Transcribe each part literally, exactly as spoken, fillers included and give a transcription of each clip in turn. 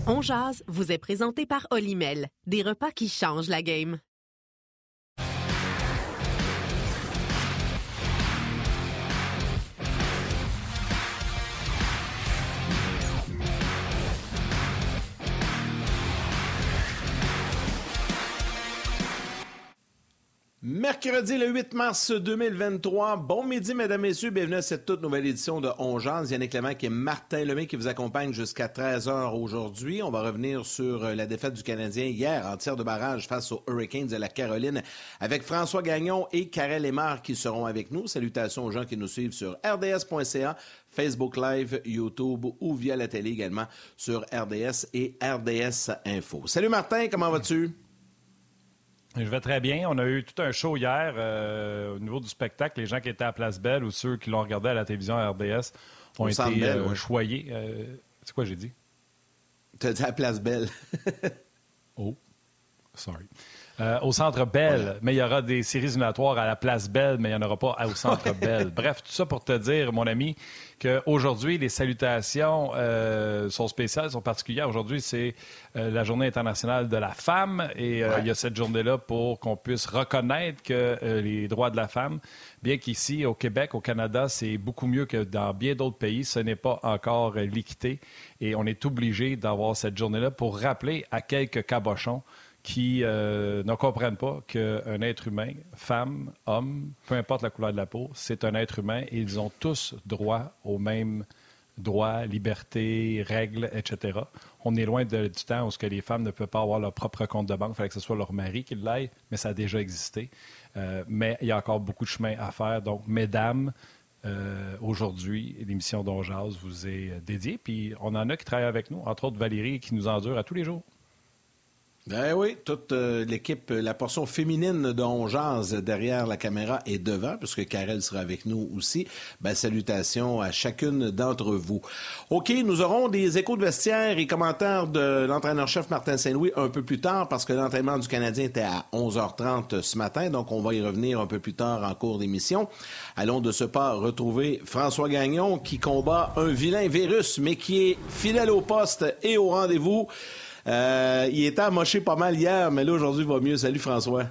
On jase vous est présenté par Olimel, des repas qui changent la game. Mercredi le huit mars deux mille vingt-trois. Bon midi, mesdames, messieurs. Bienvenue à cette toute nouvelle édition de On jase. Yannick Lévesque et Martin Lemay qui vous accompagnent jusqu'à treize heures aujourd'hui. On va revenir sur la défaite du Canadien hier en tir de barrage face aux Hurricanes de la Caroline avec François Gagnon et Karel Émard qui seront avec nous. Salutations aux gens qui nous suivent sur R D S point C A, Facebook Live, YouTube ou via la télé également sur R D S et R D S Info. Salut Martin, comment vas-tu? Je vais très bien. On a eu tout un show hier euh, au niveau du spectacle. Les gens qui étaient à Place Belle ou ceux qui l'ont regardé à la télévision à R D S ont été Belle, euh, ouais. choyés. Euh, c'est quoi j'ai dit? T'as dit à Place Belle. Oh, sorry. Euh, au Centre Bell, ouais. Mais il y aura des séries éliminatoires à la Place Belle, mais il n'y en aura pas au Centre Bell. Bref, tout ça pour te dire, mon ami, qu'aujourd'hui, les salutations euh, sont spéciales, sont particulières. Aujourd'hui, c'est euh, la Journée internationale de la femme et euh, ouais. il y a cette journée-là pour qu'on puisse reconnaître que euh, les droits de la femme, bien qu'ici, au Québec, au Canada, c'est beaucoup mieux que dans bien d'autres pays, ce n'est pas encore euh, liquidé et on est obligé d'avoir cette journée-là pour rappeler à quelques cabochons qui euh, ne comprennent pas qu'un être humain, femme, homme, peu importe la couleur de la peau, c'est un être humain et ils ont tous droit aux mêmes droits, libertés, règles, et cetera. On est loin de, du temps où ce que les femmes ne peuvent pas avoir leur propre compte de banque, il fallait que ce soit leur mari qui l'aille, mais ça a déjà existé. Euh, mais il y a encore beaucoup de chemin à faire. Donc, mesdames, euh, aujourd'hui, l'émission d'On jase vous est dédiée. Puis on en a qui travaillent avec nous, entre autres Valérie, qui nous endure à tous les jours. Ben oui, toute euh, l'équipe, la portion féminine de On jase derrière la caméra et devant, puisque Karel sera avec nous aussi. Ben, salutations à chacune d'entre vous. OK, nous aurons des échos de vestiaire et commentaires de l'entraîneur-chef Martin Saint-Louis un peu plus tard, parce que l'entraînement du Canadien était à onze heures trente ce matin, donc on va y revenir un peu plus tard en cours d'émission. Allons de ce pas retrouver François Gagnon qui combat un vilain virus, mais qui est fidèle au poste et au rendez-vous. Euh, il était amoché pas mal hier, mais là, aujourd'hui, il va mieux. Salut, François.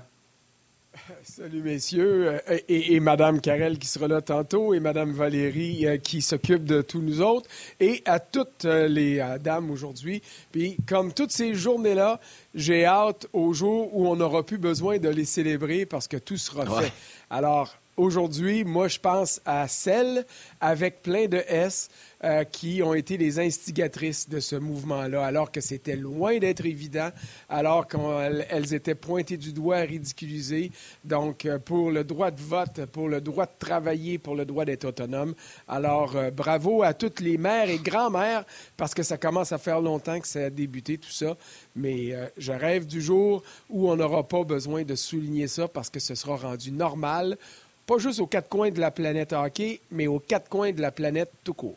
Salut, messieurs. Et, et, et Mme Karel qui sera là tantôt, et Mme Valérie euh, qui s'occupe de tous nous autres, et à toutes euh, les euh, dames aujourd'hui. Puis, comme toutes ces journées-là, j'ai hâte au jour où on n'aura plus besoin de les célébrer parce que tout sera ouais. fait. Alors, aujourd'hui, moi, je pense à celles avec plein de S euh, qui ont été les instigatrices de ce mouvement-là, alors que c'était loin d'être évident, alors qu'elles étaient pointées du doigt, ridiculisées. Donc, euh, pour le droit de vote, pour le droit de travailler, pour le droit d'être autonome. Alors, euh, bravo à toutes les mères et grands-mères, parce que ça commence à faire longtemps que ça a débuté, tout ça. Mais euh, je rêve du jour où on n'aura pas besoin de souligner ça parce que ce sera rendu normal. Pas juste aux quatre coins de la planète hockey, mais aux quatre coins de la planète tout court.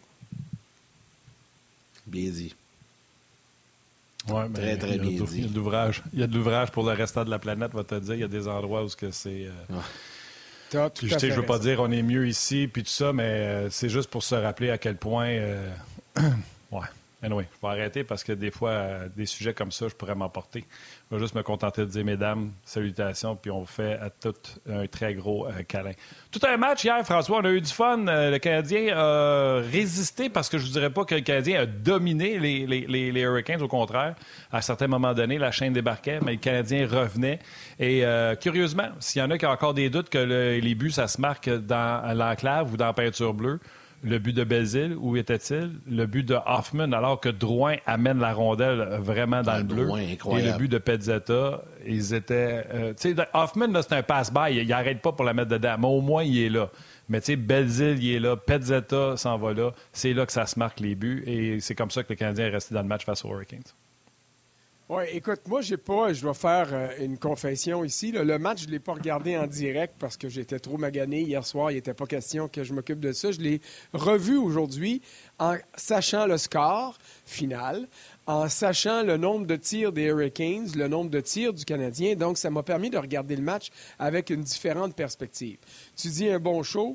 Bien dit. Ouais, mais très, très il y a bien de, dit. Il y a de l'ouvrage. Il y a de l'ouvrage pour le restant de la planète, va te dire. Il y a des endroits où ce que c'est... Euh... Ouais. Puis, je ne veux pas dire on est mieux ici, puis tout ça, mais euh, c'est juste pour se rappeler à quel point... Euh... ouais. Anyway, je vais arrêter parce que des fois, euh, des sujets comme ça, je pourrais m'emporter. Je vais juste me contenter de dire, mesdames, salutations, puis on fait à toutes un très gros euh, câlin. Tout un match hier, François, on a eu du fun. Euh, le Canadien a résisté parce que je ne dirais pas que le Canadien a dominé les, les, les, les Hurricanes, au contraire. À certains moments donnés, la chaîne débarquait, mais le Canadien revenait. Et euh, curieusement, s'il y en a qui ont encore des doutes que le, les buts, ça se marque dans l'enclave ou dans la peinture bleue, le but de Belzile, où était-il? Le but de Hoffman, alors que Drouin amène la rondelle vraiment dans ah, le bleu. Drouin, et le but de Pezzetta, ils étaient... Euh, tu sais, Hoffman, là, c'est un passe-by. Il n'arrête pas pour la mettre dedans, mais au moins, il est là. Mais tu sais, Belzile, il est là. Pezzetta s'en va là. C'est là que ça se marque les buts. Et c'est comme ça que le Canadien est resté dans le match face aux Hurricanes. Oui, écoute, moi, j'ai pas, je dois faire euh, une confession ici. Là. Le match, je ne l'ai pas regardé en direct parce que j'étais trop magané. Hier soir, il n'était pas question que je m'occupe de ça. Je l'ai revu aujourd'hui en sachant le score final, en sachant le nombre de tirs des Hurricanes, le nombre de tirs du Canadien. Donc, ça m'a permis de regarder le match avec une différente perspective. Tu dis un bon show.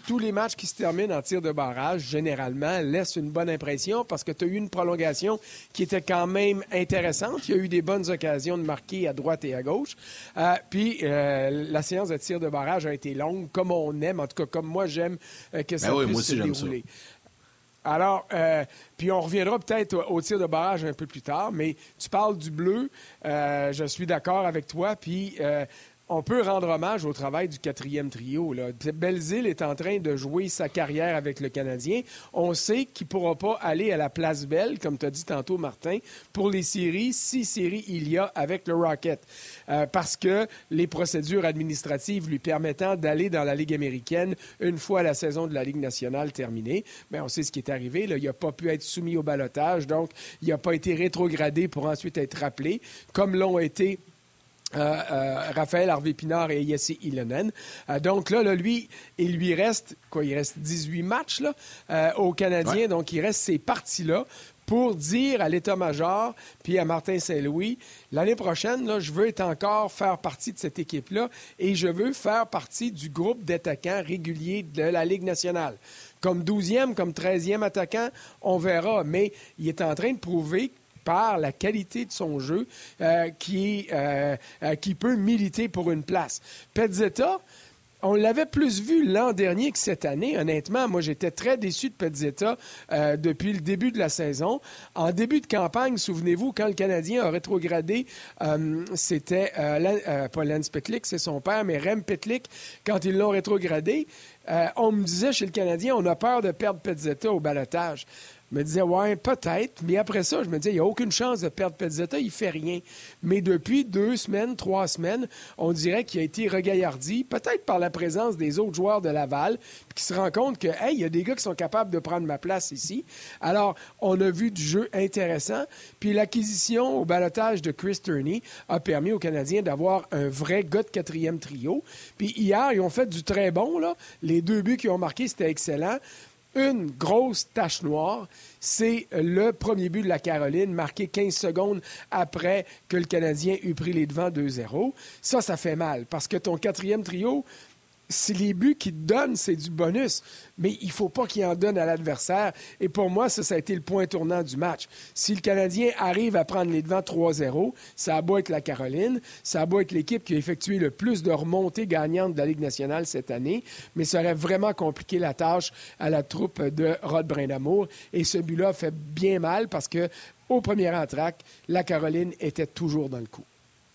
tous les matchs qui se terminent en tir de barrage, généralement, laissent une bonne impression parce que tu as eu une prolongation qui était quand même intéressante. Il y a eu des bonnes occasions de marquer à droite et à gauche. Euh, puis, euh, la séance de tir de barrage a été longue, comme on aime, en tout cas, comme moi, j'aime euh, que ça ben oui, puisse moi aussi, se j'aime dérouler. Ça. Alors, euh, puis on reviendra peut-être au, au tir de barrage un peu plus tard, mais tu parles du bleu, euh, je suis d'accord avec toi, puis... Euh, on peut rendre hommage au travail du quatrième trio. Là. Belzile est en train de jouer sa carrière avec le Canadien. On sait qu'il ne pourra pas aller à la Place Belle, comme tu as dit tantôt, Martin, pour les séries, si séries il y a avec le Rocket. Euh, parce que les procédures administratives lui permettant d'aller dans la Ligue américaine une fois la saison de la Ligue nationale terminée, bien, on sait ce qui est arrivé. Là. Il n'a pas pu être soumis au ballottage, donc il n'a pas été rétrogradé pour ensuite être rappelé, comme l'ont été Euh, euh, Raphaël Harvey-Pinard et Jesse Ylönen. Euh, donc là, là, lui, il lui reste, quoi, il reste dix-huit matchs là, euh, aux Canadiens. Ouais. Donc, il reste ces parties-là pour dire à l'état-major puis à Martin Saint-Louis, l'année prochaine, là, je veux être encore faire partie de cette équipe-là et je veux faire partie du groupe d'attaquants réguliers de la Ligue nationale. Comme douzième, comme treizième attaquant, on verra. Mais il est en train de prouver par la qualité de son jeu, euh, qui, euh, euh, qui peut militer pour une place. Pezzetta, on l'avait plus vu l'an dernier que cette année. Honnêtement, moi, j'étais très déçu de Pezzetta euh, depuis le début de la saison. En début de campagne, souvenez-vous, quand le Canadien a rétrogradé, euh, c'était, euh, euh, pas Lance Petlick, c'est son père, mais Rem Petlick, quand ils l'ont rétrogradé, euh, on me disait chez le Canadien, on a peur de perdre Pezzetta au ballottage. Je me disais, ouais, peut-être. Mais après ça, je me disais, il n'y a aucune chance de perdre Pezzetta, il ne fait rien. Mais depuis deux semaines, trois semaines, on dirait qu'il a été regaillardi, peut-être par la présence des autres joueurs de Laval, puis qui se rend compte que, hey, il y a des gars qui sont capables de prendre ma place ici. Alors, on a vu du jeu intéressant. Puis l'acquisition au ballottage de Chris Turney a permis aux Canadiens d'avoir un vrai gars de quatrième trio. Puis hier, ils ont fait du très bon, là. Les deux buts qu'ils ont marqués, c'était excellent. Une grosse tache noire, c'est le premier but de la Caroline, marqué quinze secondes après que le Canadien eut pris les devants deux zéro. Ça, ça fait mal, parce que ton quatrième trio, c'est les buts qu'il te donnent, c'est du bonus. Mais il ne faut pas qu'il en donne à l'adversaire. Et pour moi, ça, ça a été le point tournant du match. Si le Canadien arrive à prendre les devants trois zéro, ça a beau être la Caroline, ça a beau être l'équipe qui a effectué le plus de remontées gagnantes de la Ligue nationale cette année, mais ça aurait vraiment compliqué la tâche à la troupe de Rod Brindamour. Et ce but-là fait bien mal parce que au premier entraque, la Caroline était toujours dans le coup.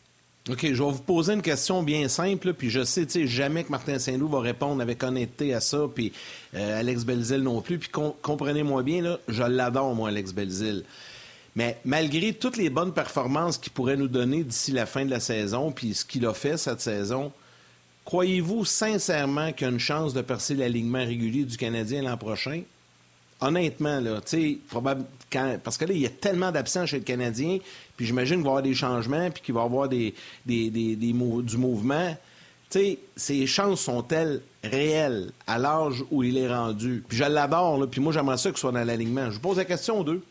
OK, je vais vous poser une question bien simple, puis je sais, tu sais, jamais que Martin Saint-Louis va répondre avec honnêteté à ça, puis euh, Alex Belzile non plus, puis com- comprenez-moi bien, là, je l'adore, moi, Alex Belzile. Mais malgré toutes les bonnes performances qu'il pourrait nous donner d'ici la fin de la saison, puis ce qu'il a fait cette saison, croyez-vous sincèrement qu'il y a une chance de percer l'alignement régulier du Canadien l'an prochain? Honnêtement, là, tu sais, probable, quand, parce que là, il y a tellement d'absents chez le Canadien, puis j'imagine qu'il va y avoir des changements, puis qu'il va y avoir des, des, des, des, des du mouvement. Tu sais, ces chances sont-elles réelles à l'âge où il est rendu? Puis je l'adore, là, puis moi, j'aimerais ça qu'il soit dans l'alignement. Je vous pose la question aux deux.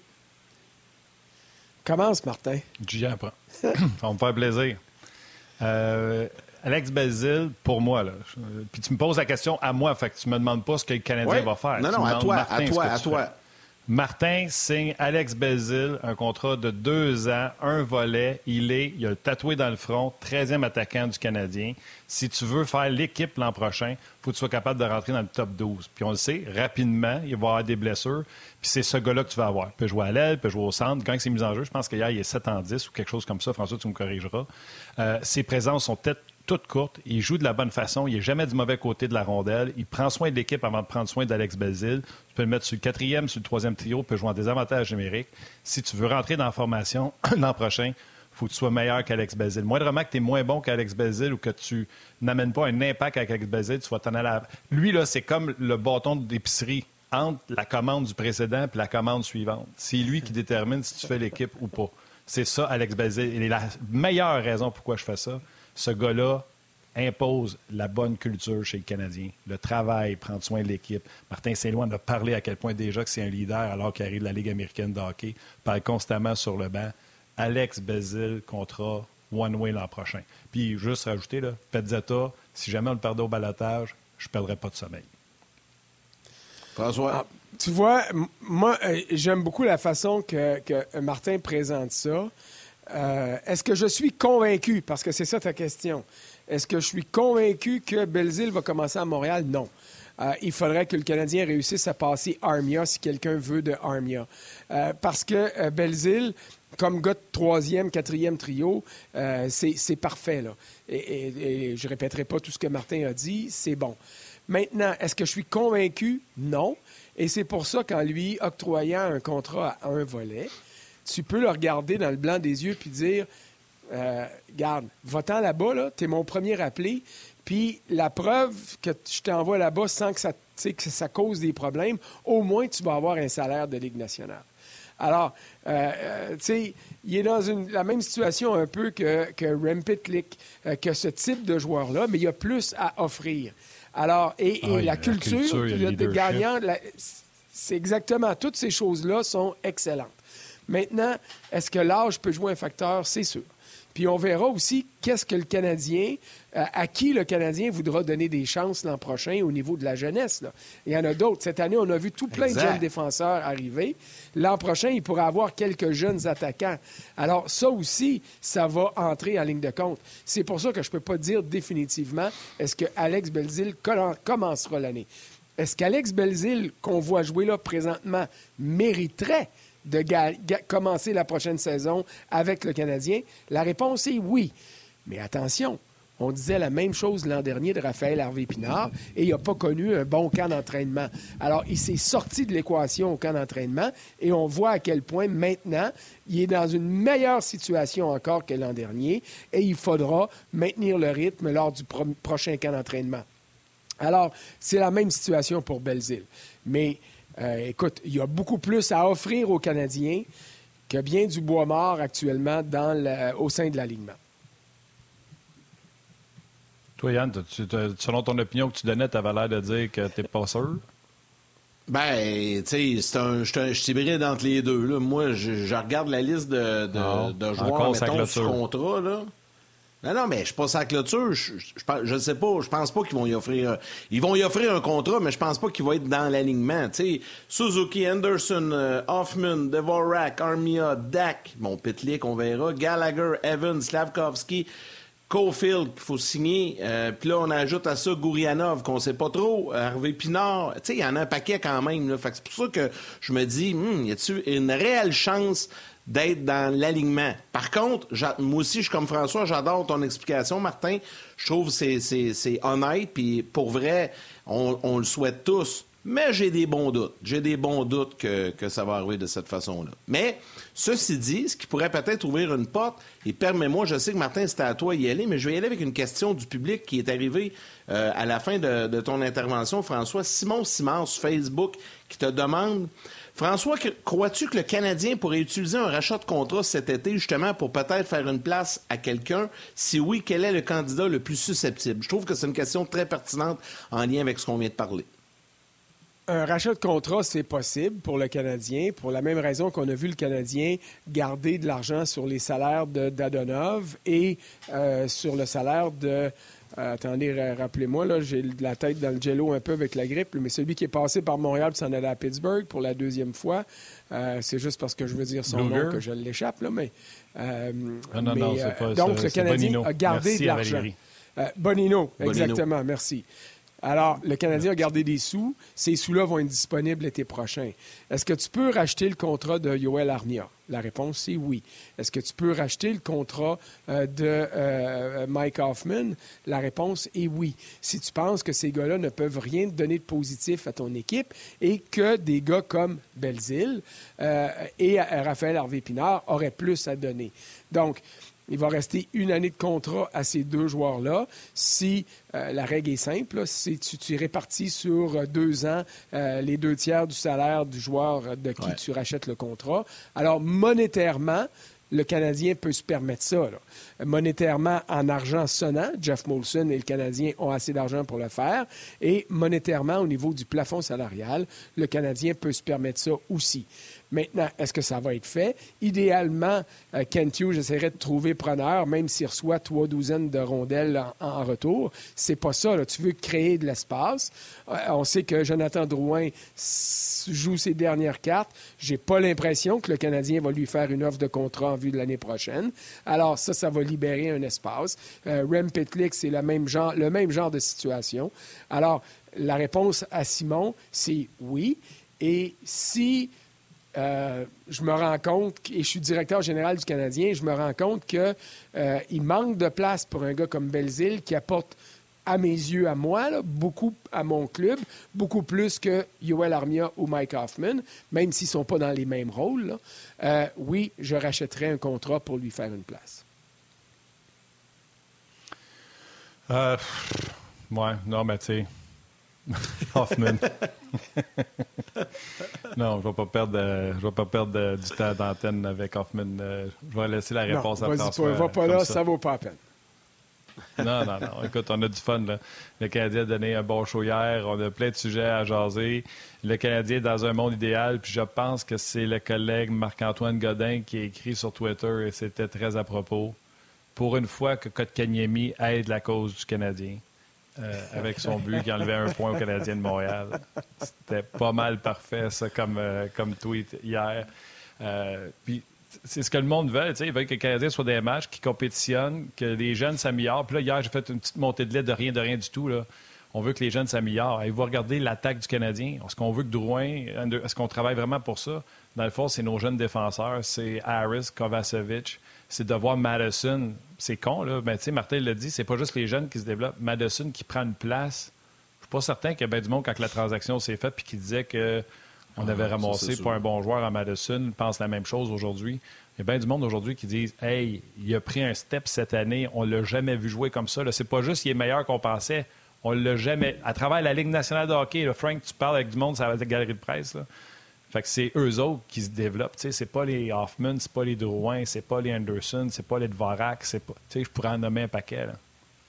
Commence, Martin. J'y apprends. Ça va me faire plaisir. Euh... Alex Belzile, pour moi, là. Je, puis tu me poses la question à moi, fait que tu me demandes pas ce que le Canadien ouais. va faire. Non, tu non, à toi, Martin, à toi, à toi. Fais. Martin signe Alex Belzile un contrat de deux ans, un volet. Il est, il a le tatoué dans le front, treizième attaquant du Canadien. Si tu veux faire l'équipe l'an prochain, il faut que tu sois capable de rentrer dans le top douze. Puis on le sait, rapidement, il va y avoir des blessures. Puis c'est ce gars-là que tu vas avoir. Il peut jouer à l'aile, il peut jouer au centre. Quand il s'est mis en jeu, je pense qu'hier, il est sept en dix ou quelque chose comme ça. François, tu me corrigeras. Euh, ses présences sont peut-être toute courte. Il joue de la bonne façon. Il n'est jamais du mauvais côté de la rondelle. Il prend soin de l'équipe avant de prendre soin d'Alex Belzile. Tu peux le mettre sur le quatrième, sur le troisième trio. Il peut jouer en désavantage numérique. Si tu veux rentrer dans la formation l'an prochain, il faut que tu sois meilleur qu'Alex Belzile. Moindrement que tu es moins bon qu'Alex Belzile ou que tu n'amènes pas un impact avec Alex Belzile, tu vas t'en aller à... Lui, là, c'est comme le bâton d'épicerie entre la commande du précédent et la commande suivante. C'est lui qui détermine si tu fais l'équipe ou pas. C'est ça, Alex Belzile. Et la meilleure raison pourquoi je fais ça, ce gars-là impose la bonne culture chez le Canadien. Le travail, prendre soin de l'équipe. Martin Saint-Louis en a parlé à quel point déjà que c'est un leader alors qu'il arrive de la Ligue américaine de hockey. Parle constamment sur le banc. Alex Belzile, contrat one-way l'an prochain. Puis juste rajouter, là, Pezzetta, si jamais on le perdait au balotage, je ne perdrais pas de sommeil. François? Ah, tu vois, m- moi, euh, j'aime beaucoup la façon que, que Martin présente ça. Euh, est-ce que je suis convaincu, parce que c'est ça ta question, est-ce que je suis convaincu que Belzile va commencer à Montréal? Non. Euh, il faudrait que le Canadien réussisse à passer Armia si quelqu'un veut de Armia. Euh, parce que euh, Belzile, comme gars de troisième, quatrième trio, euh, c'est, c'est parfait, là. Et, et, et je ne répéterai pas tout ce que Martin a dit, c'est bon. Maintenant, est-ce que je suis convaincu? Non. Et c'est pour ça qu'en lui octroyant un contrat à un volet, tu peux le regarder dans le blanc des yeux puis dire euh, garde, va-t'en là-bas, là, t'es mon premier appelé, puis la preuve que je t'envoie là-bas sans que ça, que ça cause des problèmes, au moins tu vas avoir un salaire de Ligue nationale. Alors, euh, euh, tu sais, il est dans une, la même situation un peu que, que Rem Pitlick, euh, que ce type de joueur-là, mais il y a plus à offrir. Alors, et, et Ah, la culture, culture, il y a le de leadership. gagnant, la- c'est exactement, toutes ces choses-là sont excellentes. Maintenant, est-ce que l'âge peut jouer un facteur? C'est sûr. Puis on verra aussi qu'est-ce que le Canadien, euh, à qui le Canadien voudra donner des chances l'an prochain au niveau de la jeunesse, là. Il y en a d'autres. Cette année, on a vu tout plein Exact. de jeunes défenseurs arriver. L'an prochain, il pourra avoir quelques jeunes attaquants. Alors ça aussi, ça va entrer en ligne de compte. C'est pour ça que je ne peux pas dire définitivement est-ce que Alex Belzile comm- commencera l'année. Est-ce qu'Alex Belzile, qu'on voit jouer là présentement, mériterait de ga- ga- commencer la prochaine saison avec le Canadien? La réponse est oui. Mais attention, on disait la même chose l'an dernier de Raphaël Harvey-Pinard et il n'a pas connu un bon camp d'entraînement. Alors, il s'est sorti de l'équation au camp d'entraînement et on voit à quel point maintenant, il est dans une meilleure situation encore que l'an dernier et il faudra maintenir le rythme lors du pro- prochain camp d'entraînement. Alors, c'est la même situation pour Belzile. Mais Euh, écoute, il y a beaucoup plus à offrir aux Canadiens que bien du bois mort actuellement dans le, au sein de l'alignement. Toi, Yann, tu, tu, selon ton opinion que tu donnais, tu avais l'air de dire que tu n'es pas sûr. Ben, tu sais, c'est un, je suis un- je suis hybride entre les deux. Là. Moi, je, je regarde la liste de, de, Non, de encore joueurs, sa mettons, sous clôture. contrat, là. Non, non, mais je passe à la clôture. Je, je, je, je sais pas. Je pense pas qu'ils vont y offrir. Ils vont y offrir un contrat, mais je pense pas qu'il va être dans l'alignement. Tu sais, Suzuki, Anderson, euh, Hoffman, Dvorak, Armia, Dak, bon, Pitlick, on verra, Gallagher, Evans, Slavkovski, Caulfield, qu'il faut signer. Euh, Puis là, on ajoute à ça Gourianov, qu'on sait pas trop. Hervé Pinard. Tu sais, il y en a un paquet quand même. Là. Fait que c'est pour ça que je me dis, hmm, y a-t-il une réelle chance d'être dans l'alignement? Par contre, j'a- moi aussi, je suis comme François, j'adore ton explication, Martin. Je trouve que c'est, c'est, c'est honnête, puis pour vrai, on, on le souhaite tous. Mais j'ai des bons doutes. J'ai des bons doutes que, que ça va arriver de cette façon-là. Mais, ceci dit, ce qui pourrait peut-être ouvrir une porte, et permets-moi, je sais que Martin, c'était à toi d'y aller, mais je vais y aller avec une question du public qui est arrivée euh, à la fin de, de ton intervention, François. Simon Simard sur Facebook qui te demande... François, que- crois-tu que le Canadien pourrait utiliser un rachat de contrat cet été justement pour peut-être faire une place à quelqu'un? Si oui, quel est le candidat le plus susceptible? Je trouve que c'est une question très pertinente en lien avec ce qu'on vient de parler. Un rachat de contrat, c'est possible pour le Canadien, pour la même raison qu'on a vu le Canadien garder de l'argent sur les salaires de d'Adonov et euh, sur le salaire de... Euh, attendez, ra- rappelez-moi, là, j'ai de la tête dans le jello un peu avec la grippe, mais celui qui est passé par Montréal et s'en allait à Pittsburgh pour la deuxième fois, euh, c'est juste parce que je veux dire son Luger. nom que je l'échappe, là, mais... euh, Ah non, mais, non, c'est euh, pas donc, c'est- le c'est Canadien Bonino. a gardé Merci de à l'argent. Valérie. Euh, Bonino, Bonino. exactement, merci. Alors, le Canadien a gardé des sous. Ces sous-là vont être disponibles l'été prochain. Est-ce que tu peux racheter le contrat de Yoel Armia? La réponse, c'est oui. Est-ce que tu peux racheter le contrat euh, de euh, Mike Hoffman? La réponse est oui. Si tu penses que ces gars-là ne peuvent rien te donner de positif à ton équipe et que des gars comme Belzile euh, et euh, Raphaël Harvey-Pinard auraient plus à donner. Donc, il va rester une année de contrat à ces deux joueurs-là. Si euh, la règle est simple, là, si tu, tu répartis sur euh, deux ans euh, les deux tiers du salaire du joueur de qui Ouais. tu rachètes le contrat, alors monétairement, le Canadien peut se permettre ça. Là. Monétairement, en argent sonnant, Jeff Molson et le Canadien ont assez d'argent pour le faire. Et monétairement, au niveau du plafond salarial, le Canadien peut se permettre ça aussi. Maintenant, est-ce que ça va être fait? Idéalement, euh, Kent Hughes essaierait de trouver preneur, même s'il reçoit trois douzaines de rondelles en, en retour. C'est pas ça, là. Tu veux créer de l'espace. Euh, on sait que Jonathan Drouin s- joue ses dernières cartes. J'ai pas l'impression que le Canadien va lui faire une offre de contrat en vue de l'année prochaine. Alors ça, ça va libérer un espace. Euh, Rem Pitlick, c'est le même genre, le même genre de situation. Alors, la réponse à Simon, c'est oui. Et si euh, je me rends compte, et je suis directeur général du Canadien, je me rends compte qu'il euh, manque de place pour un gars comme Belzile qui apporte, à mes yeux, à moi, là, beaucoup à mon club, beaucoup plus que Yoel Armia ou Mike Hoffman, même s'ils ne sont pas dans les mêmes rôles. Là. Euh, oui, je rachèterais un contrat pour lui faire une place. Euh, ouais, non, mais tu sais, Hoffman. Non, je ne vais pas perdre, euh, je vais pas perdre euh, du temps d'antenne avec Hoffman. Euh, je vais laisser la réponse non, à vas-y François. pas, va pas comme là, ça. ça ne vaut pas la peine. Non, non, non. Écoute, on a du fun. Là. Le Canadien a donné un bon show hier. On a plein de sujets à jaser. Le Canadien est dans un monde idéal. Puis je pense que c'est le collègue Marc-Antoine Godin qui a écrit sur Twitter, et c'était très à propos. Pour une fois que Kotkaniemi aide la cause du Canadien, euh, avec son but qui enlevait un point au Canadien de Montréal. C'était pas mal parfait, ça, comme, euh, comme tweet hier. Euh, puis c'est ce que le monde veut. Ils veulent que le Canadien soit des matchs qui compétitionnent, que les jeunes s'améliorent. Puis là, hier, j'ai fait une petite montée de lait de rien, de rien du tout. Là. On veut que les jeunes s'améliorent. Et vous regardez l'attaque du Canadien. Est-ce qu'on veut que Drouin... Est-ce qu'on travaille vraiment pour ça? Dans le fond, c'est nos jeunes défenseurs. C'est Harris, Kovacevic. C'est de voir Madison. C'est con, là. Mais tu sais, Martin l'a dit, c'est pas juste les jeunes qui se développent. Madison qui prend une place. Je suis pas certain qu'il y a bien du monde quand la transaction s'est faite puis qui disait que on avait ah, ramassé ça, pour un bon joueur à Madison, pense la même chose aujourd'hui. Il y a bien du monde aujourd'hui qui disent « Hey, il a pris un step cette année, on l'a jamais vu jouer comme ça. » C'est pas juste qu'il est meilleur qu'on pensait, on l'a jamais... À travers la Ligue nationale de hockey, là, Frank, tu parles avec du monde, ça va être la galerie de presse. Là. Fait que c'est eux autres qui se développent. T'sais, c'est pas les Hoffman, c'est pas les Drouin, c'est pas les Anderson, c'est pas les Dvorak, c'est pas... Je pourrais en nommer un paquet, là.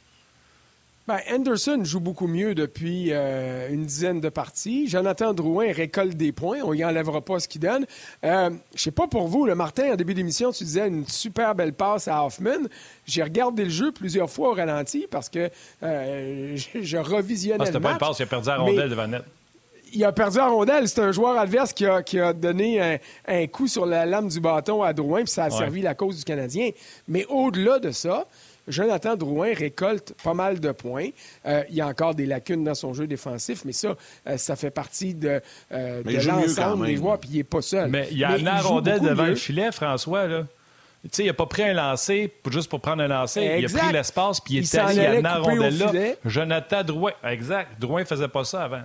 Ben, Anderson joue beaucoup mieux depuis euh, une dizaine de parties. Jonathan Drouin récolte des points. On n'y enlèvera pas ce qu'il donne. Euh, je sais pas pour vous, le Martin, en début d'émission, tu disais une super belle passe à Hoffman. J'ai regardé le jeu plusieurs fois au ralenti parce que euh, je, je revisionnais Ah, c'était le pas match. une passe, il a perdu la rondelle mais... devant net. Il a perdu la rondelle. C'est un joueur adverse qui a, qui a donné un, un coup sur la lame du bâton à Drouin, puis ça a ouais. servi la cause du Canadien. Mais au-delà de ça, Jonathan Drouin récolte pas mal de points. Euh, il y a encore des lacunes dans son jeu défensif, mais ça, euh, ça fait partie de, euh, de l'ensemble des joueurs, puis il n'est pas seul. Mais il y a mais une rondelle devant mieux. le filet, François, là. Tu sais, il n'a pas pris un lancer juste pour prendre un lancer. Exact. Il a pris l'espace, puis il, Il est allé, s'en il a allait une couper au rondelle là. filet. Jonathan Drouin. Exact. Drouin ne faisait pas ça avant.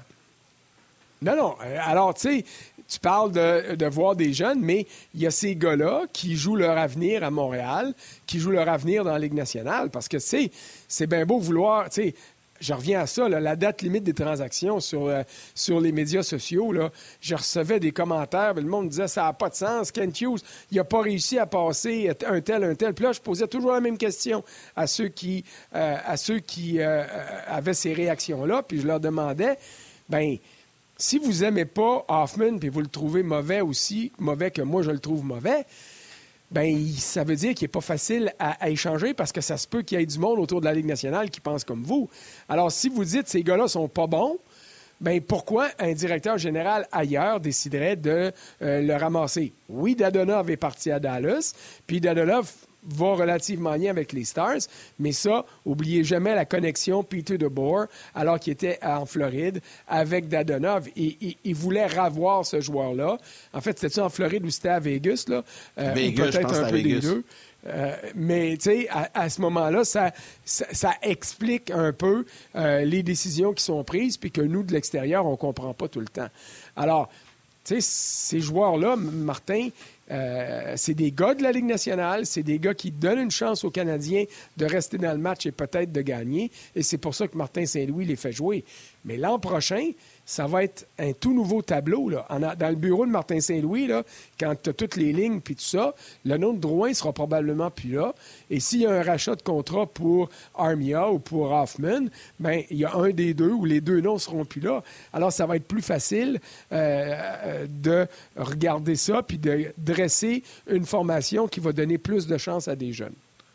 Non, non. Alors, tu sais, tu parles de, de voir des jeunes, mais il y a ces gars-là qui jouent leur avenir à Montréal, qui jouent leur avenir dans la Ligue nationale. Parce que, tu sais, c'est bien beau vouloir, tu sais, je reviens à ça, là, la date limite des transactions sur, euh, sur les médias sociaux. Là, je recevais des commentaires, le monde me disait ça n'a pas de sens. Kent Hughes, il n'a pas réussi à passer un tel, un tel. Puis là, je posais toujours la même question à ceux qui, euh, à ceux qui euh, avaient ces réactions-là. Puis je leur demandais, ben si vous n'aimez pas Hoffman puis vous le trouvez mauvais aussi, mauvais que moi je le trouve mauvais, ben ça veut dire qu'il n'est pas facile à, à échanger parce que ça se peut qu'il y ait du monde autour de la Ligue nationale qui pense comme vous. Alors, si vous dites ces gars-là sont pas bons, ben pourquoi un directeur général ailleurs déciderait de euh, le ramasser? Oui, Dadonov est parti à Dallas, puis Dadonov va relativement bien avec les Stars, mais ça, oubliez jamais la connexion Peter DeBoer, alors qu'il était en Floride, avec Dadonov. Et, et, il voulait ravoir ce joueur-là. En fait, c'était-tu en Floride ou c'était à Vegas? Là? Euh, Vegas, ou peut-être je pense un à peu Vegas. des deux. Euh, mais, tu sais, à, à ce moment-là, ça, ça, ça explique un peu euh, les décisions qui sont prises, puis que nous, de l'extérieur, on ne comprend pas tout le temps. Alors, tu sais, ces joueurs-là, Martin, euh, c'est des gars de la Ligue nationale, c'est des gars qui donnent une chance aux Canadiens de rester dans le match et peut-être de gagner. Et c'est pour ça que Martin Saint-Louis les fait jouer. Mais l'an prochain, ça va être un tout nouveau tableau. Là. En, dans le bureau de Martin Saint-Louis, là, quand tu as toutes les lignes puis tout ça, le nom de Drouin sera probablement plus là. Et s'il y a un rachat de contrat pour Armia ou pour Hoffman, bien, il y a un des deux ou les deux noms ne seront plus là. Alors, ça va être plus facile euh, de regarder ça puis de dresser une formation qui va donner plus de chance à des jeunes.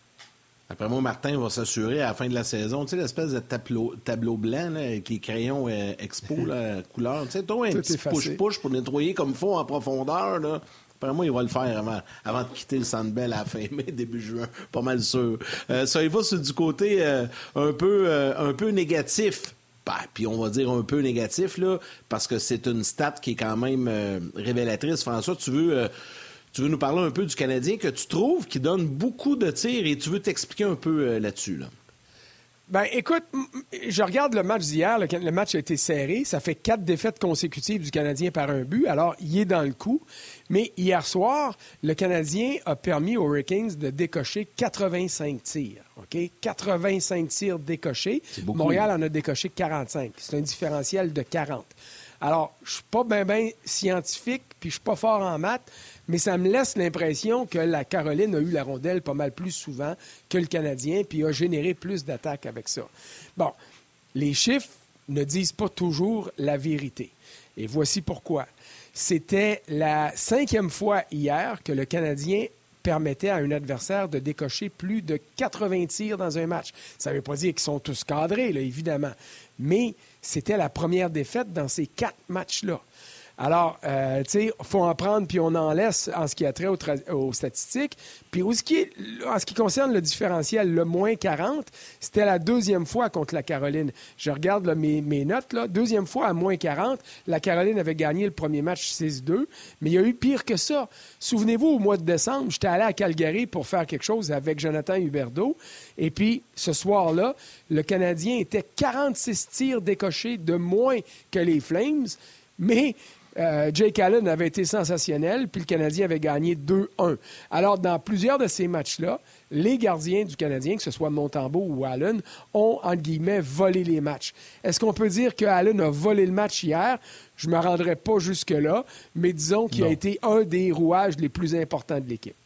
Après moi, Martin va s'assurer à la fin de la saison, tu sais, l'espèce de tableau, tableau blanc là, qui est crayon euh, expo, là, couleur. Tu sais, toi, un Tout petit push-push pour nettoyer comme il faut en profondeur. Là. Après moi, il va le faire avant, avant de quitter le Centre Bell à la fin mai, début juin. Pas mal sûr. Euh, ça, il va sur du côté euh, un, peu, euh, un peu négatif. Bah, puis on va dire un peu négatif, là, parce que c'est une stat qui est quand même euh, révélatrice. François, tu veux... Euh, Tu veux nous parler un peu du Canadien que tu trouves qui donne beaucoup de tirs et tu veux t'expliquer un peu euh, là-dessus, là? Ben, écoute, je regarde le match d'hier. Le, le match a été serré. Ça fait quatre défaites consécutives du Canadien par un but. Alors, il est dans le coup. Mais hier soir, le Canadien a permis aux Hurricanes de décocher quatre-vingt-cinq tirs. OK? quatre-vingt-cinq tirs décochés. Montréal en a décoché quarante-cinq. C'est un différentiel de quarante. Alors, je suis pas bien ben scientifique, puis je suis pas fort en maths, mais ça me laisse l'impression que la Caroline a eu la rondelle pas mal plus souvent que le Canadien, puis a généré plus d'attaques avec ça. Bon, les chiffres ne disent pas toujours la vérité. Et voici pourquoi. C'était la cinquième fois hier que le Canadien permettait à un adversaire de décocher plus de quatre-vingts tirs dans un match. Ça ne veut pas dire qu'ils sont tous cadrés, là, évidemment, mais c'était la première défaite dans ces quatre matchs-là. Alors, euh, tu sais, il faut en prendre puis on en laisse en ce qui a trait aux, tra- aux statistiques. Puis au, ce qui est, en ce qui concerne le différentiel, le moins quarante, c'était la deuxième fois contre la Caroline. Je regarde là, mes, mes notes, là, deuxième fois à moins quarante. La Caroline avait gagné le premier match six deux, mais il y a eu pire que ça. Souvenez-vous, au mois de décembre, j'étais allé à Calgary pour faire quelque chose avec Jonathan Huberdeau. Et puis, ce soir-là, le Canadien était quarante-six tirs décochés de moins que les Flames, mais... Euh, Jake Allen avait été sensationnel, puis le Canadien avait gagné deux un. Alors, dans plusieurs de ces matchs-là, les gardiens du Canadien, que ce soit Montembeault ou Allen, ont, entre guillemets, volé les matchs. Est-ce qu'on peut dire que Allen a volé le match hier? Je ne me rendrai pas jusque-là, mais disons qu'il non. a été un des rouages les plus importants de l'équipe.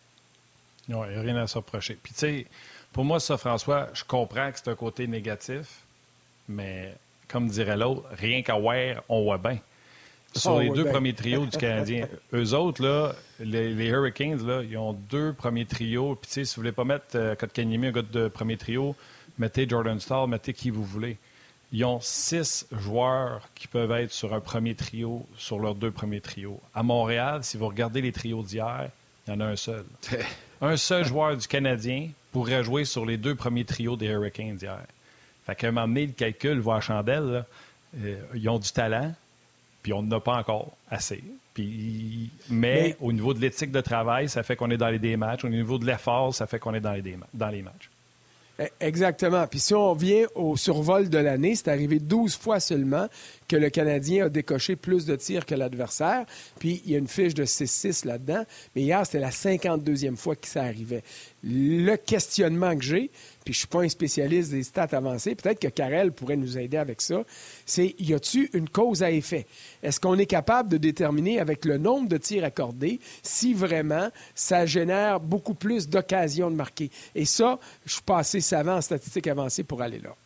Non, il n'y a rien à se reprocher. Puis, tu sais, pour moi, ça, François, je comprends que c'est un côté négatif, mais comme dirait l'autre, rien qu'à voir, on voit bien. Sur oh, les ouais, deux ben. premiers trios du Canadien. Eux autres, là, les, les Hurricanes, là, ils ont deux premiers trios. Puis, tu sais, si vous ne voulez pas mettre euh, Kotkaniemi, un gars de premier trio, mettez Jordan Staal, mettez qui vous voulez. Ils ont six joueurs qui peuvent être sur un premier trio, sur leurs deux premiers trios. À Montréal, si vous regardez les trios d'hier, il y en a un seul. Un seul joueur du Canadien pourrait jouer sur les deux premiers trios des Hurricanes d'hier. Fait qu'à un moment donné, le calcul va à chandelle. Là, euh, ils ont du talent. Puis on n'en a pas encore assez. Puis, mais, mais au niveau de l'éthique de travail, ça fait qu'on est dans les des matchs. Au niveau de l'effort, ça fait qu'on est dans les, des, dans les matchs. Exactement. Puis si on vient au survol de l'année, c'est arrivé douze fois seulement que le Canadien a décoché plus de tirs que l'adversaire. Puis il y a une fiche de six six là-dedans. Mais hier, c'était la cinquante-deuxième fois que ça arrivait. Le questionnement que j'ai, puis je ne suis pas un spécialiste des stats avancées, peut-être que Karel pourrait nous aider avec ça, c'est y a-t-il une cause à effet? Est-ce qu'on est capable de déterminer avec le nombre de tirs accordés si vraiment ça génère beaucoup plus d'occasions de marquer? Et ça, je suis pas assez savant en statistiques avancées pour aller là.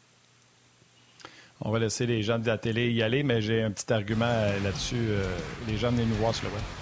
On va laisser les gens de la télé y aller, mais j'ai un petit argument là-dessus. Les gens venaient nous voir sur le web.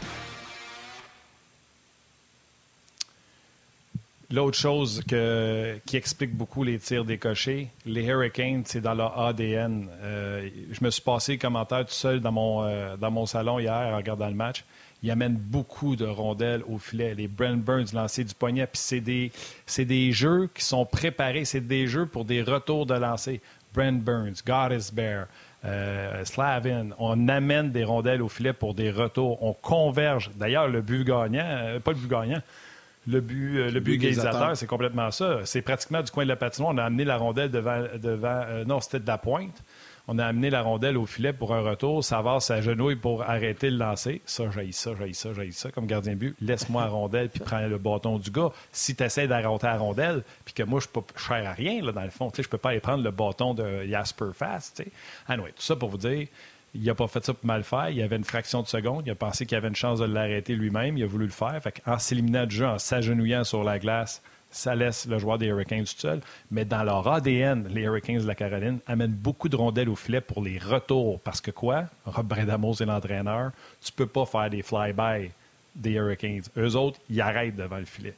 L'autre chose que, qui explique beaucoup les tirs décochés, les Hurricanes, c'est dans leur A D N. Euh, je me suis passé les commentaires tout seul dans mon, euh, dans mon salon hier en regardant le match. Ils amènent beaucoup de rondelles au filet. Les Brent Burns lancés du poignet. Puis c'est des, c'est des jeux qui sont préparés. C'est des jeux pour des retours de lancer. Brent Burns, Goddess Bear, euh, Slavin. On amène des rondelles au filet pour des retours. On converge. D'ailleurs, le but gagnant, euh, pas le but gagnant, Le but, euh, le but égalisateur, c'est complètement ça. C'est pratiquement du coin de la patinoire. On a amené la rondelle devant... devant euh, non, c'était de la pointe. On a amené la rondelle au filet pour un retour. Savard s'agenouille pour arrêter le lancer. Ça, j'haïs ça, j'haïs ça, j'haïs ça. Comme gardien de but, laisse-moi la rondelle puis prends le bâton du gars. Si tu essaies d'arrêter la rondelle, puis que moi, je suis pas cher à rien, là, dans le fond, je peux pas aller prendre le bâton de Jasper Fast. T'sais. Anyway, tout ça pour vous dire, il n'a pas fait ça pour mal faire. Il y avait une fraction de seconde. Il a pensé qu'il avait une chance de l'arrêter lui-même. Il a voulu le faire. Fait en s'éliminant du jeu, en s'agenouillant sur la glace, ça laisse le joueur des Hurricanes tout seul. Mais dans leur A D N, les Hurricanes de la Caroline amènent beaucoup de rondelles au filet pour les retours. Parce que quoi? Rob Bredamos est l'entraîneur. Tu peux pas faire des fly-by des Hurricanes. Eux autres, ils arrêtent devant le filet.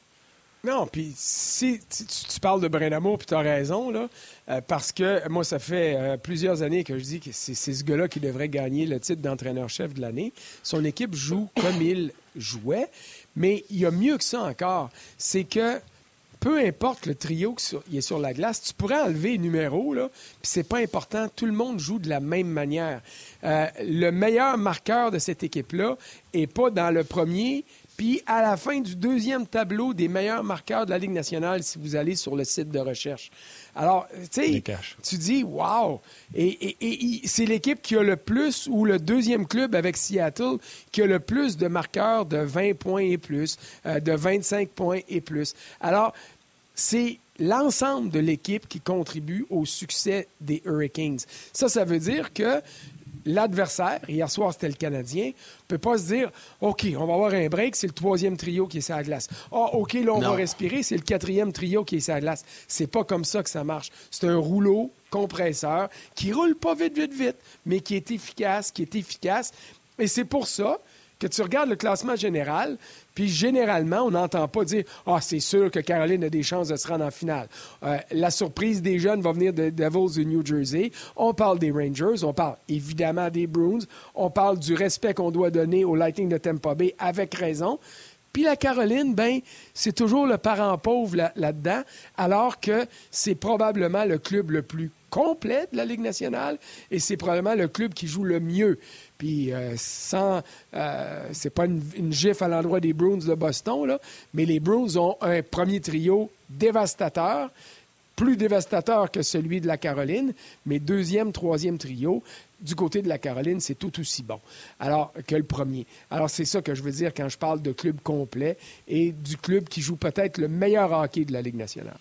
Non, puis si tu, tu parles de Brindamour, puis tu as raison, là, euh, parce que moi, ça fait euh, plusieurs années que je dis que c'est, c'est ce gars-là qui devrait gagner le titre d'entraîneur-chef de l'année. Son équipe joue comme il jouait, mais il y a mieux que ça encore. C'est que peu importe le trio qui est sur la glace, tu pourrais enlever les numéros, là, puis c'est pas important. Tout le monde joue de la même manière. Euh, le meilleur marqueur de cette équipe-là est pas dans le premier. Puis, à la fin du deuxième tableau des meilleurs marqueurs de la Ligue nationale, si vous allez sur le site de recherche. Alors, tu sais, tu dis, wow! Et, et, et, et c'est l'équipe qui a le plus, ou le deuxième club avec Seattle, qui a le plus de marqueurs de vingt points et plus, euh, de vingt-cinq points et plus. Alors, c'est l'ensemble de l'équipe qui contribue au succès des Hurricanes. Ça, ça veut dire que l'adversaire, hier soir, c'était le Canadien, ne peut pas se dire « OK, on va avoir un break, c'est le troisième trio qui est sur la glace. Ah, oh, OK, là, on non. va respirer, c'est le quatrième trio qui est sur la glace. » C'est pas comme ça que ça marche. C'est un rouleau compresseur qui roule pas vite, vite, vite, mais qui est efficace, qui est efficace. Et c'est pour ça que tu regardes le classement général, puis généralement, on n'entend pas dire « Ah, c'est sûr que Caroline a des chances de se rendre en finale. Euh, » La surprise des jeunes va venir des Devils de New Jersey. On parle des Rangers, on parle évidemment des Bruins, on parle du respect qu'on doit donner au Lightning de Tampa Bay avec raison. Puis la Caroline, ben, c'est toujours le parent pauvre là- là-dedans, alors que c'est probablement le club le plus complet de la Ligue nationale et c'est probablement le club qui joue le mieux. Puis, euh, sans, euh, c'est pas une, une gifle à l'endroit des Bruins de Boston, là, mais les Bruins ont un premier trio dévastateur, plus dévastateur que celui de la Caroline, mais deuxième, troisième trio, du côté de la Caroline, c'est tout aussi bon alors que le premier. Alors, c'est ça que je veux dire quand je parle de club complet et du club qui joue peut-être le meilleur hockey de la Ligue nationale.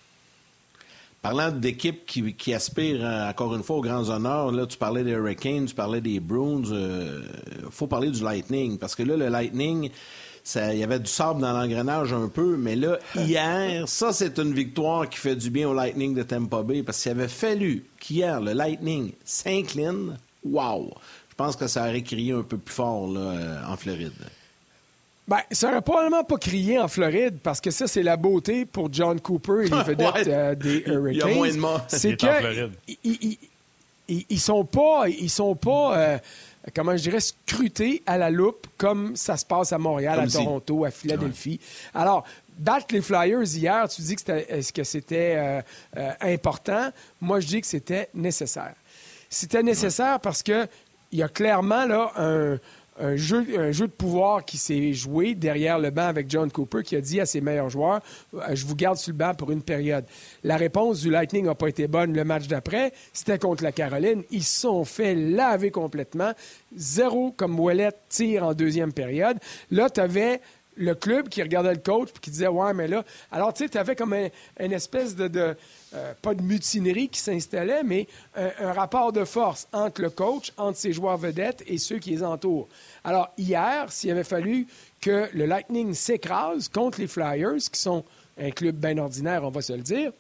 Parlant d'équipes qui, qui aspirent, euh, encore une fois, aux grands honneurs, là, tu parlais des Hurricanes, tu parlais des Bruins, il euh, faut parler du Lightning, parce que là, le Lightning, il y avait du sable dans l'engrenage un peu, mais là, hier, ça, c'est une victoire qui fait du bien au Lightning de Tampa Bay, parce qu'il avait fallu qu'hier, le Lightning s'incline, wow! Je pense que ça aurait crié un peu plus fort là, euh, en Floride. Ben, ça n'aurait probablement pas crié en Floride parce que ça, c'est la beauté pour John Cooper et les vedettes ouais. euh, des Hurricanes. Il y a moins de monde. C'est que ils, ils, ils, ils sont pas, ils sont pas euh, comment je dirais, scrutés à la loupe comme ça se passe à Montréal, comme à si. Toronto, à Philadelphie. Ouais. Alors, battre les Flyers hier, tu dis que c'était, est-ce que c'était euh, euh, important? Moi, je dis que c'était nécessaire. C'était nécessaire ouais. parce que il y a clairement là un Un jeu, un jeu de pouvoir qui s'est joué derrière le banc avec John Cooper qui a dit à ses meilleurs joueurs « Je vous garde sur le banc pour une période ». La réponse du Lightning n'a pas été bonne le match d'après. C'était contre la Caroline. Ils se sont fait laver complètement. Zéro comme Ouellet tire en deuxième période. Là, tu avais le club qui regardait le coach et qui disait « Ouais, mais là... » Alors, tu sais, tu avais comme un, une espèce de... de Euh, pas de mutinerie qui s'installait, mais un, un rapport de force entre le coach, entre ses joueurs vedettes et ceux qui les entourent. Alors, hier, s'il avait fallu que le Lightning s'écrase contre les Flyers, qui sont un club bien ordinaire, on va se le dire,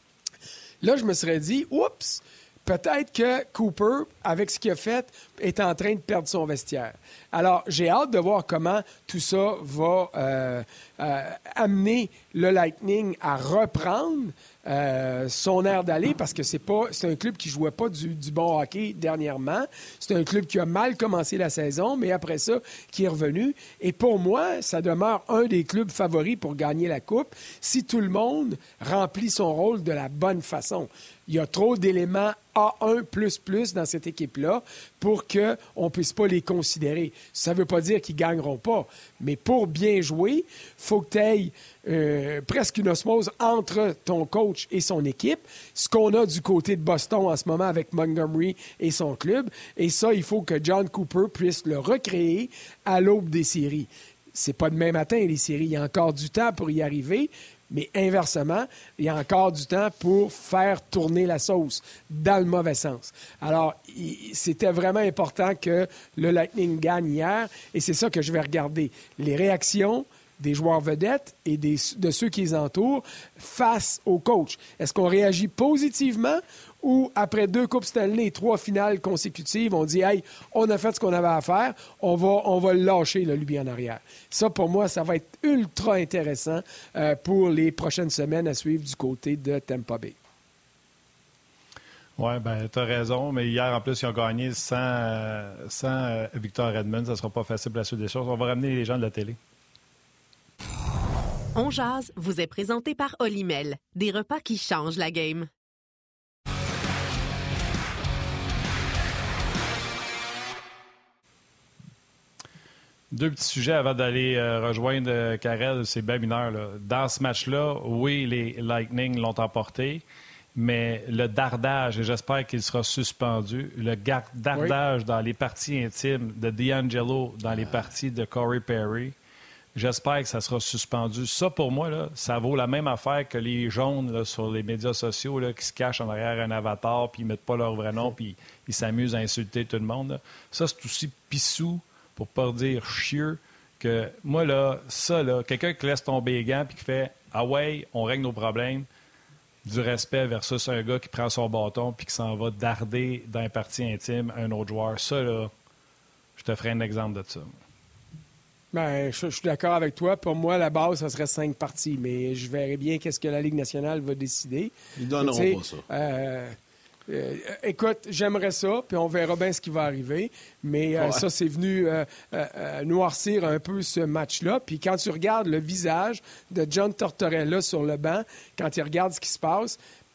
là, je me serais dit, oups, peut-être que Cooper, avec ce qu'il a fait, est en train de perdre son vestiaire. Alors, j'ai hâte de voir comment tout ça va euh, euh, amener le Lightning à reprendre Euh, son air d'aller parce que c'est pas c'est un club qui jouait pas du, du bon hockey dernièrement. C'est un club qui a mal commencé la saison, mais après ça, qui est revenu. Et pour moi, ça demeure un des clubs favoris pour gagner la Coupe si tout le monde remplit son rôle de la bonne façon. Il y a trop d'éléments A un plus plus dans cette équipe-là pour qu'on ne puisse pas les considérer. Ça ne veut pas dire qu'ils ne gagneront pas, mais pour bien jouer, il faut que tu aies euh, presque une osmose entre ton coach coach et son équipe, ce qu'on a du côté de Boston en ce moment avec Montgomery et son club. Et ça, il faut que John Cooper puisse le recréer à l'aube des séries. C'est pas demain matin, les séries. Il y a encore du temps pour y arriver. Mais inversement, il y a encore du temps pour faire tourner la sauce dans le mauvais sens. Alors, il, c'était vraiment important que le Lightning gagne hier, et c'est ça que je vais regarder. Les réactions des joueurs vedettes et des, de ceux qui les entourent face au coach. Est-ce qu'on réagit positivement ou après deux Coupes Stanley et trois finales consécutives, on dit « Hey, on a fait ce qu'on avait à faire, on va, on va le lâcher, là, lui, en arrière. » Ça, pour moi, ça va être ultra intéressant euh, pour les prochaines semaines à suivre du côté de Tampa Bay. Oui, bien, tu as raison, mais hier, en plus, ils ont gagné sans, euh, sans euh, Victor Edmond. Ça ne sera pas facile pour la suite des choses. On va ramener les gens de la télé. On jase vous est présenté par Olimel, des repas qui changent la game. Deux petits sujets avant d'aller euh, rejoindre euh, Karel, c'est bien mineur. Là. Dans ce match-là, oui, les Lightning l'ont emporté, mais le dardage, et j'espère qu'il sera suspendu, le gar- dardage oui. dans les parties intimes de DeAngelo, dans les parties de Corey Perry, j'espère que ça sera suspendu. Ça, pour moi, là, ça vaut la même affaire que les jaunes là, sur les médias sociaux là, qui se cachent en arrière un avatar puis ils ne mettent pas leur vrai nom puis ils s'amusent à insulter tout le monde. Là. Ça, c'est aussi pissou, pour pas dire chieux, que moi, là, ça, là, quelqu'un qui laisse tomber les gants puis qui fait « Ah ouais, on règle nos problèmes », du respect versus un gars qui prend son bâton puis qui s'en va darder dans un parti intime un autre joueur. Ça, là, je te ferai un exemple de ça. Bien, je, je suis d'accord avec toi. Pour moi, la base, ça serait cinq parties, mais je verrai bien qu'est-ce que la Ligue nationale va décider. Ils donneront pas ça. Euh, euh, écoute, j'aimerais ça, puis on verra bien ce qui va arriver, mais euh, ouais. ça, c'est venu euh, euh, noircir un peu ce match-là. Puis quand tu regardes le visage de John Tortorella sur le banc, quand il regarde ce qui se passe,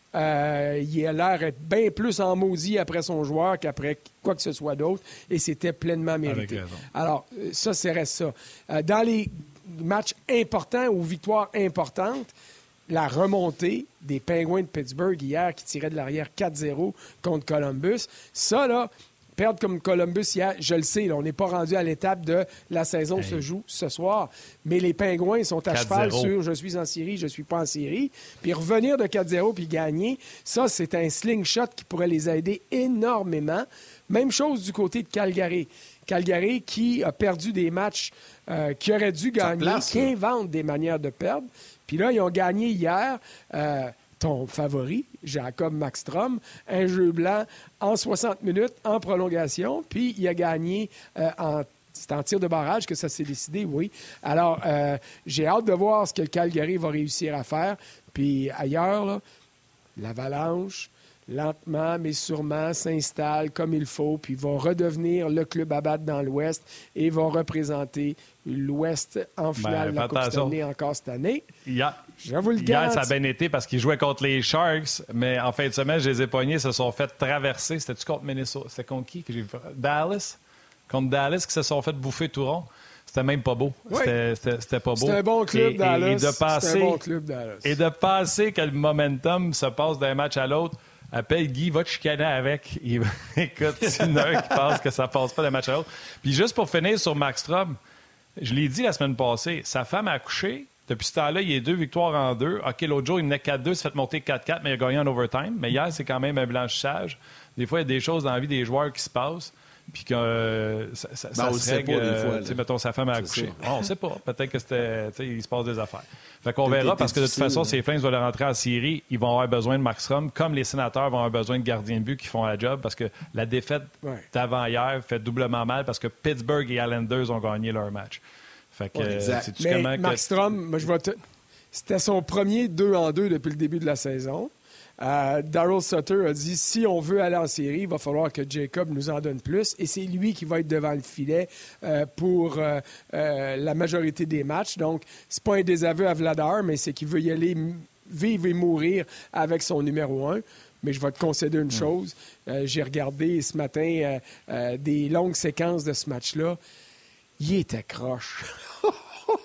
Euh, il a l'air d'être bien plus en maudit après son joueur qu'après quoi que ce soit d'autre, et c'était pleinement mérité. Alors, ça, c'est ça. Euh, dans les matchs importants ou victoires importantes, la remontée des Penguins de Pittsburgh hier qui tiraient de l'arrière quatre zéro contre Columbus, ça, là, perdre comme Columbus hier, je le sais, là, on n'est pas rendu à l'étape de la saison hey. se joue ce soir, mais les Pingouins sont à cheval sur « je suis en série, je suis pas en série ». Puis revenir de quatre zéro puis gagner, ça, c'est un slingshot qui pourrait les aider énormément. Même chose du côté de Calgary. Calgary qui a perdu des matchs euh, qui auraient dû gagner, place, qui inventent des manières de perdre. Puis là, ils ont gagné hier... Euh, ton favori, Jacob Markstrom, un jeu blanc en soixante minutes, en prolongation, puis il a gagné euh, en... C'est en tir de barrage que ça s'est décidé, oui. Alors, euh, j'ai hâte de voir ce que le Calgary va réussir à faire. Puis ailleurs, là, l'Avalanche, lentement mais sûrement, s'installe comme il faut, puis va redevenir le club à battre dans l'Ouest et va représenter l'Ouest en finale ben, de la Coupe Stanley encore cette année. Yeah. Je vous le Hier, garde. ça a bien été parce qu'ils jouaient contre les Sharks, mais en fin de semaine, je les ai pognés, se sont fait traverser. C'était-tu contre Minnesota? C'était contre qui que j'ai vu? Dallas? Contre Dallas, qui se sont fait bouffer tout rond. C'était même pas beau. Oui. C'était, c'était, c'était pas beau. C'était un bon club, et, Dallas. Et, et de passer, C'était un bon club, Dallas. Et de passer que le momentum se passe d'un match à l'autre. Appelle Guy, va te chicaner avec. Il... Écoute, c'est une heure qui pense que ça passe pas d'un match à l'autre. Puis juste pour finir sur Markstrom, je l'ai dit la semaine passée, sa femme a accouché. Depuis ce temps-là, il y a deux victoires en deux. OK, l'autre jour, il menait quatre deux, il s'est fait monter quatre quatre, mais il a gagné en overtime. Mais hier, c'est quand même un blanchissage. Des fois, il y a des choses dans la vie des joueurs qui se passent. Puis que euh, ça, ça, ben, ça on se règle, sait pas, des fois. Euh, mettons, sa femme a accouché. Oh, on ne sait pas. Peut-être que c'était, il se passe des affaires. Fait qu'on Tout verra, parce que de toute façon, là. ces Flames vont rentrer en série. Ils vont avoir besoin de Markstrom, comme les Sénateurs vont avoir besoin de gardiens de but qui font la job, parce que la défaite ouais. d'avant-hier fait doublement mal, parce que Pittsburgh et Islanders ont gagné leur match. Fait que, ouais, exact. c'est-tu Mais comment Markstrom, que... moi, je vais te... c'était son premier deux en deux depuis le début de la saison. Euh, Darryl Sutter a dit si on veut aller en série, il va falloir que Jacob nous en donne plus. Et c'est lui qui va être devant le filet euh, pour euh, euh, la majorité des matchs. Donc, c'est pas un désaveu à Vladar, mais c'est qu'il veut y aller vivre et mourir avec son numéro un. Mais je vais te concéder une mmh. chose. Euh, j'ai regardé ce matin euh, euh, des longues séquences de ce match-là. Il était croche.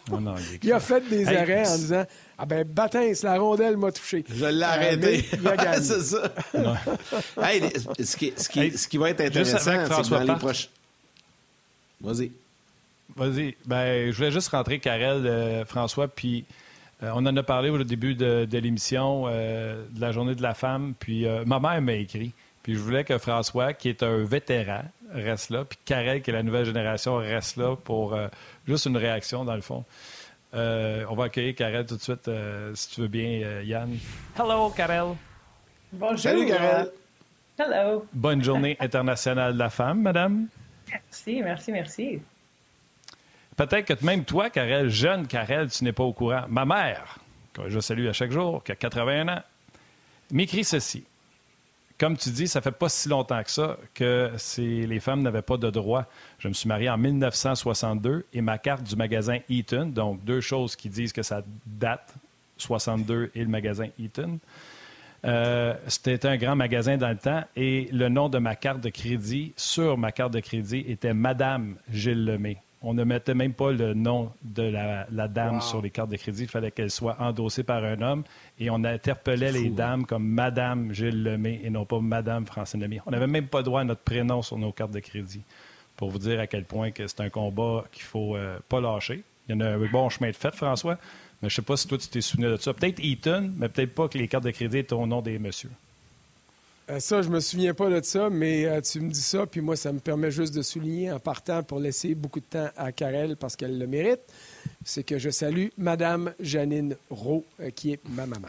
Oh non, il, il a fait des hey, arrêts en disant « Ah ben, Battins, la rondelle m'a touché. » Je l'ai arrêté. Euh, il a gagné. C'est ça. Hey, ce, qui, ce, qui, Hey, ce qui va être intéressant, c'est que dans les prochains... Vas-y. Vas-y. Ben, je voulais juste rentrer, Karel, euh, François, puis euh, on en a parlé au début de, de l'émission euh, de la Journée de la femme, puis euh, ma mère m'a écrit, puis je voulais que François, qui est un vétéran, reste là, puis Karel, qui est la nouvelle génération, reste là pour euh, juste une réaction, dans le fond. Euh, on va accueillir Karel tout de suite, euh, si tu veux bien, euh, Yann. Hello, Karel. Bonjour. Salut, Karel. Hello. Bonne journée internationale de la femme, madame. Merci, merci, merci. Peut-être que même toi, Karel, jeune Karel, tu n'es pas au courant. Ma mère, que je salue à chaque jour, qui a quatre-vingt-un ans, m'écrit ceci. Comme tu dis, ça fait pas si longtemps que ça que c'est, les femmes n'avaient pas de droit. Je me suis marié en mille neuf cent soixante-deux et ma carte du magasin Eaton, donc deux choses qui disent que ça date, soixante-deux et le magasin Eaton, euh, c'était un grand magasin dans le temps et le nom de ma carte de crédit, sur ma carte de crédit, était Madame Gilles Lemay. On ne mettait même pas le nom de la, la dame wow. sur les cartes de crédit. Il fallait qu'elle soit endossée par un homme. Et on interpellait les dames comme Madame Gilles Lemay et non pas Madame Francine Lemay. On n'avait même pas droit à notre prénom sur nos cartes de crédit. Pour vous dire à quel point que c'est un combat qu'il ne faut euh, pas lâcher. Il y en a un bon chemin de fait, François. Mais je ne sais pas si toi, tu t'es souvenu de ça. Peut-être Eaton, mais peut-être pas que les cartes de crédit étaient au nom des messieurs. Euh, ça, je me souviens pas de ça, mais euh, tu me dis ça, puis moi, ça me permet juste de souligner en partant pour laisser beaucoup de temps à Karel parce qu'elle le mérite, c'est que je salue Madame Janine Rowe, euh, qui est ma maman.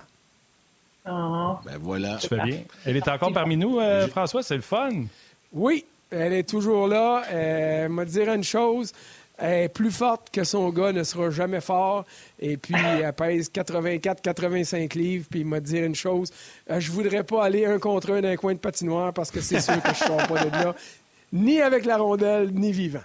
Oh. Ben voilà. Tu fais bien. Elle est encore parmi nous, euh, François, c'est le fun. Oui, elle est toujours là. Elle m'a dit une chose. Elle est plus forte que son gars ne sera jamais fort. Et puis, elle pèse quatre-vingt-quatre quatre-vingt-cinq livres. Puis, il m'a dit une chose. Euh, je voudrais pas aller un contre un dans un coin de patinoire parce que c'est sûr que je ne sors pas de là. Ni avec la rondelle, ni vivant.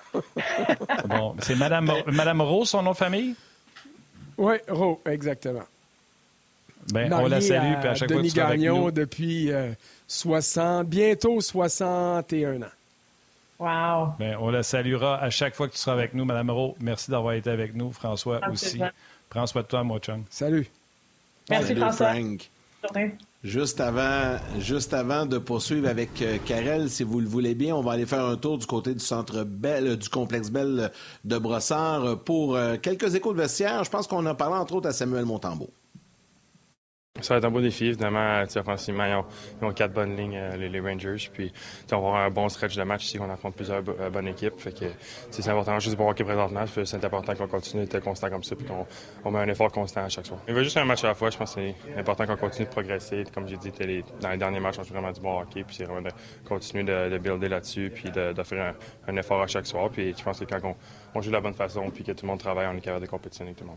Bon, c'est Madame, Madame Rowe, son nom de famille? Oui, Rowe, exactement. Ben, on la salue. Puis à chaque Denis fois que tu Gagnon avec nous... depuis euh, soixante, bientôt soixante et un ans. Wow. Bien, on la saluera à chaque fois que tu seras avec nous, Mme Rowe. Merci d'avoir été avec nous. François Absolument. aussi. Prends soin de toi, mon chum. Salut. Merci, Salut, François. Frank. Bonne Juste avant, juste avant de poursuivre avec euh, Karel, si vous le voulez bien, on va aller faire un tour du côté du centre Bell, euh, du complexe Bell de Brossard euh, pour euh, quelques échos de vestiaire. Je pense qu'on a parlé entre autres à Samuel Montembeault. Ça va être un beau défi, évidemment. Offensivement, ils ont, ils ont quatre bonnes lignes, euh, les, les Rangers. Puis, on va avoir un bon stretch de match ici, qu'on affronte plusieurs bo- bonnes équipes. Fait que, c'est important juste pour hockey présentement. C'est important qu'on continue d'être constant comme ça, puis qu'on on met un effort constant à chaque soir. Il va juste un match à la fois. Je pense que c'est important qu'on continue de progresser. Comme j'ai dit, les, dans les derniers matchs, on fait vraiment du bon hockey. Puis, c'est vraiment de continuer de, de builder là-dessus, puis de, d'offrir un, un effort à chaque soir. Puis, je pense que quand on, on joue de la bonne façon, puis que tout le monde travaille, on est capable de compétitionner avec tout le monde.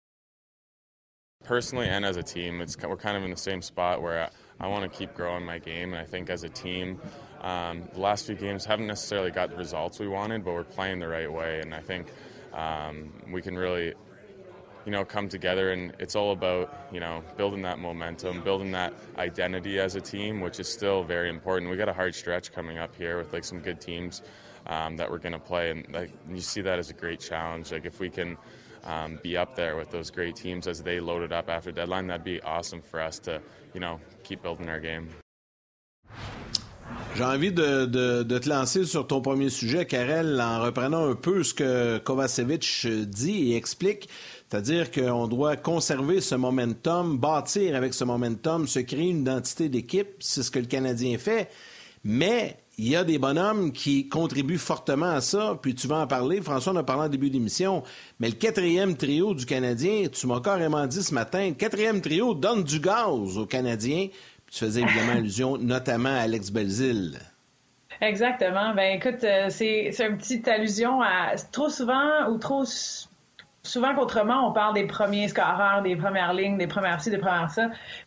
Personally and as a team, it's, we're kind of in the same spot where I, I want to keep growing my game. And I think as a team, um, the last few games haven't necessarily got the results we wanted, but we're playing the right way. And I think um, we can really, you know, come together. And it's all about, you know, building that momentum, building that identity as a team, which is still very important. We got a hard stretch coming up here with like some good teams um, that we're going to play. And like, you see that as a great challenge. Like if we can Um, be up there with those great teams as they loaded up after deadline, that'd be awesome for us to, you know, keep building our game. J'ai envie de, de, de te lancer sur ton premier sujet, Karel, en reprenant un peu ce que Kovacevic dit et explique, c'est-à-dire qu'on doit conserver ce momentum, bâtir avec ce momentum, se créer une identité d'équipe, c'est ce que le Canadien fait, mais il y a des bonhommes qui contribuent fortement à ça, puis tu vas en parler. François en a parlé en début d'émission, mais le quatrième trio du Canadien, tu m'as carrément dit ce matin, le quatrième trio donne du gaz aux Canadiens. Tu faisais évidemment allusion notamment à Alex Belzile. Exactement. Ben écoute, euh, c'est, c'est une petite allusion à trop souvent ou trop souvent qu'autrement, on parle des premiers scoreurs, des premières lignes, des premières ci, des premières ça. Puis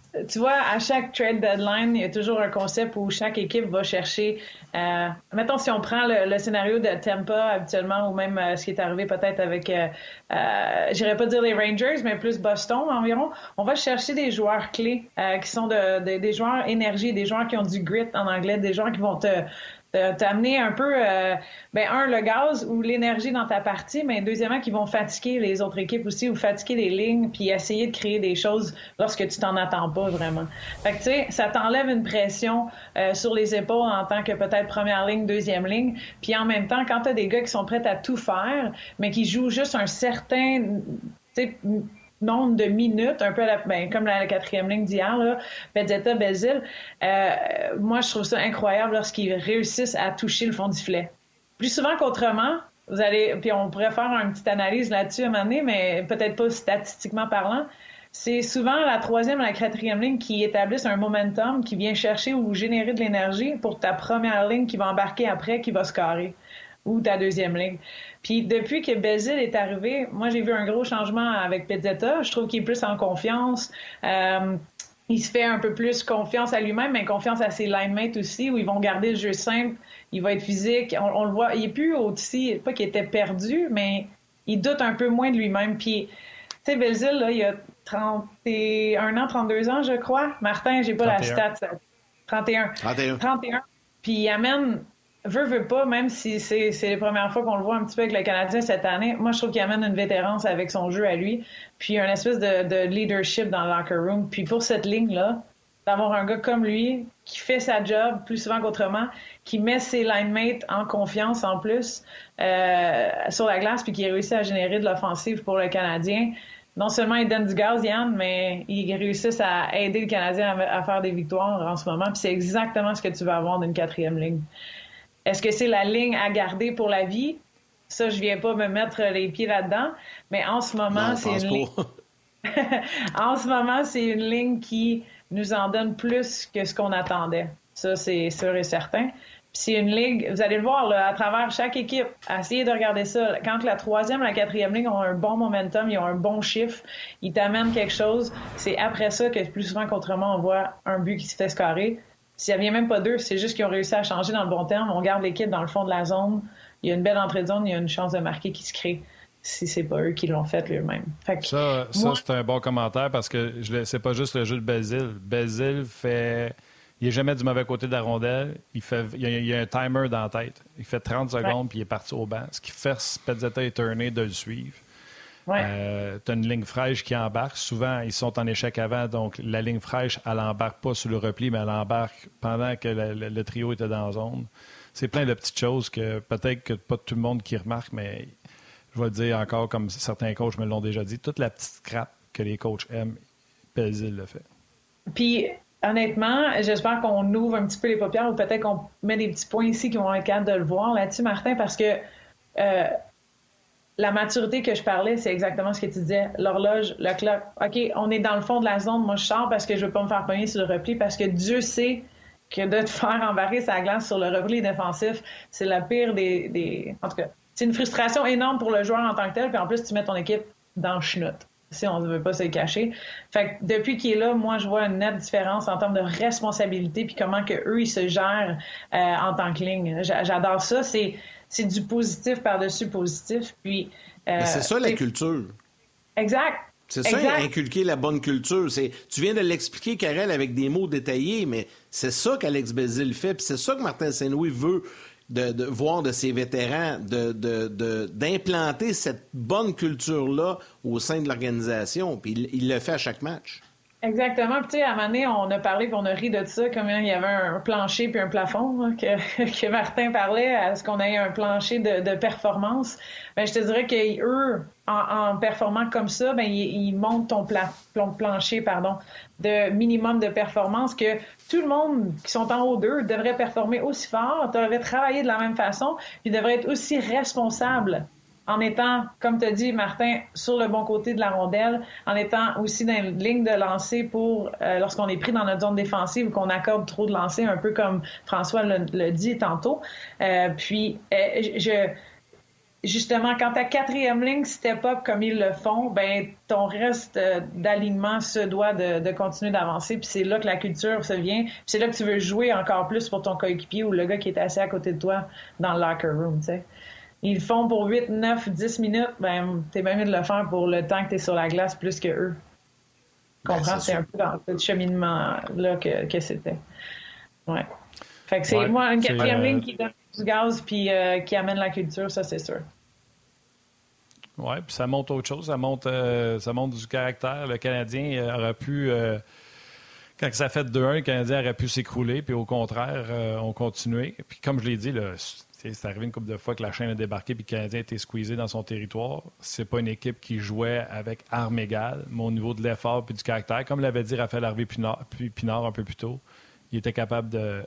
tu vois, à chaque trade deadline, il y a toujours un concept où chaque équipe va chercher. Euh, mettons, si on prend le, le scénario de Tampa habituellement, ou même euh, ce qui est arrivé peut-être avec, euh, euh, j'irais pas dire les Rangers, mais plus Boston environ, on va chercher des joueurs clés euh, qui sont de, de, des joueurs énergie, des joueurs qui ont du grit en anglais, des joueurs qui vont te t'amener un peu, euh, ben un, le gaz ou l'énergie dans ta partie, mais deuxièmement, qui vont fatiguer les autres équipes aussi ou fatiguer les lignes puis essayer de créer des choses lorsque tu t'en attends pas vraiment. Fait que tu sais, ça t'enlève une pression euh, sur les épaules en tant que peut-être première ligne, deuxième ligne, puis en même temps, quand t'as des gars qui sont prêts à tout faire, mais qui jouent juste un certain, tu sais, nombre de minutes, un peu à la, ben, comme la, la quatrième ligne d'hier, là, Pezzetta, Belzile, euh, moi, je trouve ça incroyable lorsqu'ils réussissent à toucher le fond du filet. Plus souvent qu'autrement, vous allez, puis on pourrait faire une petite analyse là-dessus à un moment donné, mais peut-être pas statistiquement parlant, c'est souvent la troisième et la quatrième ligne qui établissent un momentum, qui vient chercher ou générer de l'énergie pour ta première ligne qui va embarquer après, qui va scorer, ou ta deuxième ligne. Puis depuis que Belzile est arrivé, moi j'ai vu un gros changement avec Pezzetta. Je trouve qu'il est plus en confiance. Euh, il se fait un peu plus confiance à lui-même, mais confiance à ses line-mates aussi, où ils vont garder le jeu simple. Il va être physique. On, on le voit, il est plus aussi, pas qu'il était perdu, mais il doute un peu moins de lui-même. Puis, tu sais, Belzile, là, il a trente et un ans, trente-deux ans, je crois. Martin, j'ai pas trente et un. la stat. trente et un. trente et un. trente et un. Puis il amène... Veut, veut pas, même si c'est, c'est les premières fois qu'on le voit un petit peu avec le Canadien cette année, moi, je trouve qu'il amène une vétérance avec son jeu à lui, puis un espèce de, de leadership dans le locker room. Puis pour cette ligne-là, d'avoir un gars comme lui qui fait sa job plus souvent qu'autrement, qui met ses line-mates en confiance en plus euh, sur la glace, puis qui réussit à générer de l'offensive pour le Canadien. Non seulement il donne du gaz, Yann, mais ils réussissent à aider le Canadien à, à faire des victoires en ce moment. Puis c'est exactement ce que tu veux avoir d'une quatrième ligne. Est-ce que c'est la ligne à garder pour la vie? Ça, je viens pas me mettre les pieds là-dedans. Mais en ce moment, non, c'est une ligne... en ce moment, c'est une ligne qui nous en donne plus que ce qu'on attendait. Ça, c'est sûr et certain. Puis c'est une ligue, vous allez le voir, là, à travers chaque équipe, essayez de regarder ça. Quand la troisième et la quatrième ligne ont un bon momentum, ils ont un bon chiffre, ils t'amènent quelque chose, c'est après ça que plus souvent qu'autrement, on voit un but qui se fait scorer. S'il n'y avait même pas deux, c'est juste qu'ils ont réussi à changer dans le bon terme. On garde l'équipe dans le fond de la zone. Il y a une belle entrée de zone, il y a une chance de marquer qui se crée. Si c'est pas eux qui l'ont fait eux-mêmes. Fait que, ça, moi... ça, c'est un bon commentaire parce que je, c'est pas juste le jeu de Belzile. Belzile fait... Il n'est jamais du mauvais côté de la rondelle. Il, fait... il, y a, il y a un timer dans la tête. Il fait trente secondes puis il est parti au banc. Ce qui force Pezzetta et Turner de le suivre. Ouais. Euh, tu as une ligne fraîche qui embarque. Souvent, ils sont en échec avant, donc la ligne fraîche, elle embarque pas sur le repli, mais elle embarque pendant que le, le, le trio était dans la zone. C'est plein de petites choses que peut-être que pas tout le monde qui remarque, mais je vais le dire encore, comme certains coachs me l'ont déjà dit, toute la petite scrap que les coachs aiment, Belzile le fait. Puis, honnêtement, j'espère qu'on ouvre un petit peu les paupières ou peut-être qu'on met des petits points ici qui vont être capables de le voir là-dessus, Martin, parce que euh, la maturité que je parlais, c'est exactement ce que tu disais. L'horloge, le clock. OK, on est dans le fond de la zone. Moi, je sors parce que je veux pas me faire pogner sur le repli parce que Dieu sait que de te faire embarquer sa glace sur le repli défensif, c'est la pire des, des... En tout cas, c'est une frustration énorme pour le joueur en tant que tel. Puis en plus, tu mets ton équipe dans le chenoute. Si on ne veut pas se le cacher. Fait que depuis qu'il est là, moi, je vois une nette différence en termes de responsabilité puis comment que eux ils se gèrent euh, en tant que ligne. J'adore ça. C'est... C'est du positif par-dessus positif. Puis, euh, Mais c'est ça la culture. Exact. C'est ça, exact. Inculquer la bonne culture. C'est, tu viens de l'expliquer, Karel, avec des mots détaillés, mais c'est ça qu'Alex Belzile fait. Puis c'est ça que Martin Saint-Louis veut de, de voir de ses vétérans, de, de, de, d'implanter cette bonne culture-là au sein de l'organisation. Puis il, il le fait à chaque match. Exactement. Puis, tu sais, à un moment donné, on a parlé puis on a ri de ça, comme il y avait un plancher puis un plafond, hein, que, que Martin parlait, à ce qu'on ait un plancher de, de performance. Ben, je te dirais qu'eux, en, en performant comme ça, ben, ils, ils montent ton pla, plancher, pardon, de minimum de performance que tout le monde qui sont en haut d'eux devrait performer aussi fort, devrait travailler de la même façon, puis devrait être aussi responsable en étant, comme tu as dit, Martin, sur le bon côté de la rondelle, en étant aussi dans une ligne de lancer pour, euh, lorsqu'on est pris dans notre zone défensive ou qu'on accorde trop de lancers, un peu comme François le, le dit tantôt. Euh, puis, euh, je... justement, quand ta quatrième ligne step up comme ils le font, ben ton reste euh, d'alignement se doit de, de continuer d'avancer. Puis c'est là que la culture se vient. Puis c'est là que tu veux jouer encore plus pour ton coéquipier ou le gars qui est assis à côté de toi dans le locker room, tu sais. Ils le font pour huit, neuf, dix minutes, ben t'es bien mieux de le faire pour le temps que t'es sur la glace plus que eux. Tu comprends? Ben, c'est, c'est un peu dans ce cheminement-là que, que c'était. Ouais. Fait que c'est ouais, moi une quatrième euh... ligne qui donne du gaz puis euh, qui amène la culture, ça c'est sûr. Oui, puis ça montre autre chose, ça montre, euh, ça montre du caractère. Le Canadien euh, aurait pu, euh, quand ça fait deux un, le Canadien aurait pu s'écrouler, puis au contraire, euh, on continuait. Puis comme je l'ai dit, là, c'est arrivé une couple de fois que la chaîne a débarqué puis que le Canadien a été squeezé dans son territoire. C'est pas une équipe qui jouait avec armes égales, mais au niveau de l'effort puis du caractère, comme l'avait dit Raphaël Harvey-Pinard Pinard un peu plus tôt, il était capable de,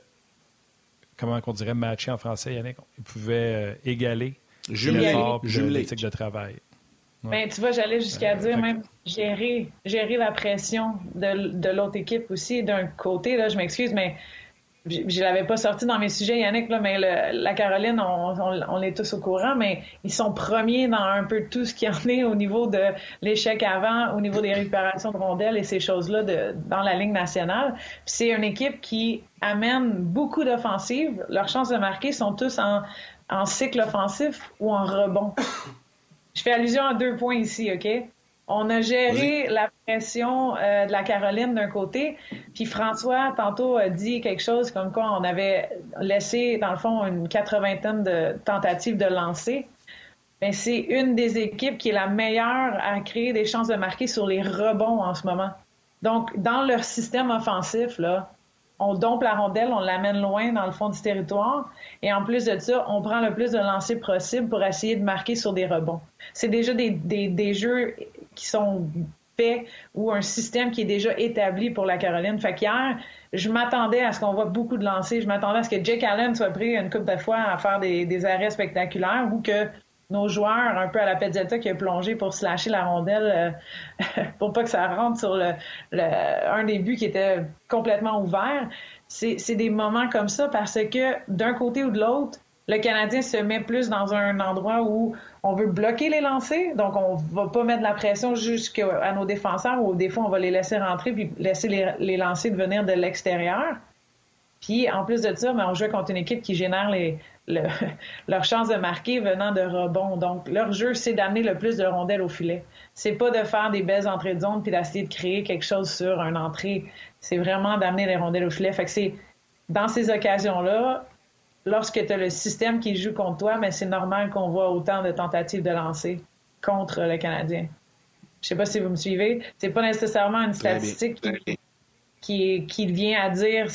comment on dirait, matcher en français, Yannick. Il pouvait euh, égaler l'effort et l'éthique de travail. Ouais. Ben, tu vois, j'allais jusqu'à dire même gérer, gérer la pression de, de l'autre équipe aussi. D'un côté, là, je m'excuse, mais je ne l'avais pas sorti dans mes sujets, Yannick, là, mais le, la Caroline, on, on, on est tous au courant, mais ils sont premiers dans un peu tout ce qu'il y en est au niveau de l'échec avant, au niveau des récupérations de rondelles et ces choses-là de, dans la Ligue nationale. Puis c'est une équipe qui amène beaucoup d'offensives. Leurs chances de marquer sont tous en, en cycle offensif ou en rebond. Je fais allusion à deux points ici, OK? On a géré oui. la pression euh, de la Caroline d'un côté, puis François, tantôt, a dit quelque chose comme quoi on avait laissé, dans le fond, une quatre-vingtaine de tentatives de lancer. Bien, c'est une des équipes qui est la meilleure à créer des chances de marquer sur les rebonds en ce moment. Donc, dans leur système offensif, là, on dompe la rondelle, on l'amène loin dans le fond du territoire. Et en plus de ça, on prend le plus de lancers possible pour essayer de marquer sur des rebonds. C'est déjà des, des, des jeux qui sont faits ou un système qui est déjà établi pour la Caroline. Fait qu'hier, je m'attendais à ce qu'on voit beaucoup de lancers. Je m'attendais à ce que Jake Allen soit pris une couple de fois à faire des, des arrêts spectaculaires ou que nos joueurs, un peu à la Pezzetta qui a plongé pour slasher la rondelle euh, pour pas que ça rentre sur le, le un des buts qui était complètement ouvert. C'est, c'est des moments comme ça parce que d'un côté ou de l'autre, le Canadien se met plus dans un endroit où on veut bloquer les lancers, donc on va pas mettre de la pression jusqu'à nos défenseurs ou des fois on va les laisser rentrer puis laisser les, les lancers venir de l'extérieur. Puis en plus de ça, ben, on joue contre une équipe qui génère les Le, leur chance de marquer venant de rebond. Donc, leur jeu, c'est d'amener le plus de rondelles au filet. C'est pas de faire des belles entrées de zone puis d'essayer de créer quelque chose sur une entrée. C'est vraiment d'amener les rondelles au filet. Fait que c'est dans ces occasions-là, lorsque tu as le système qui joue contre toi, mais c'est normal qu'on voit autant de tentatives de lancer contre le Canadien. Je sais pas si vous me suivez. C'est pas nécessairement une statistique qui, qui, qui vient à dire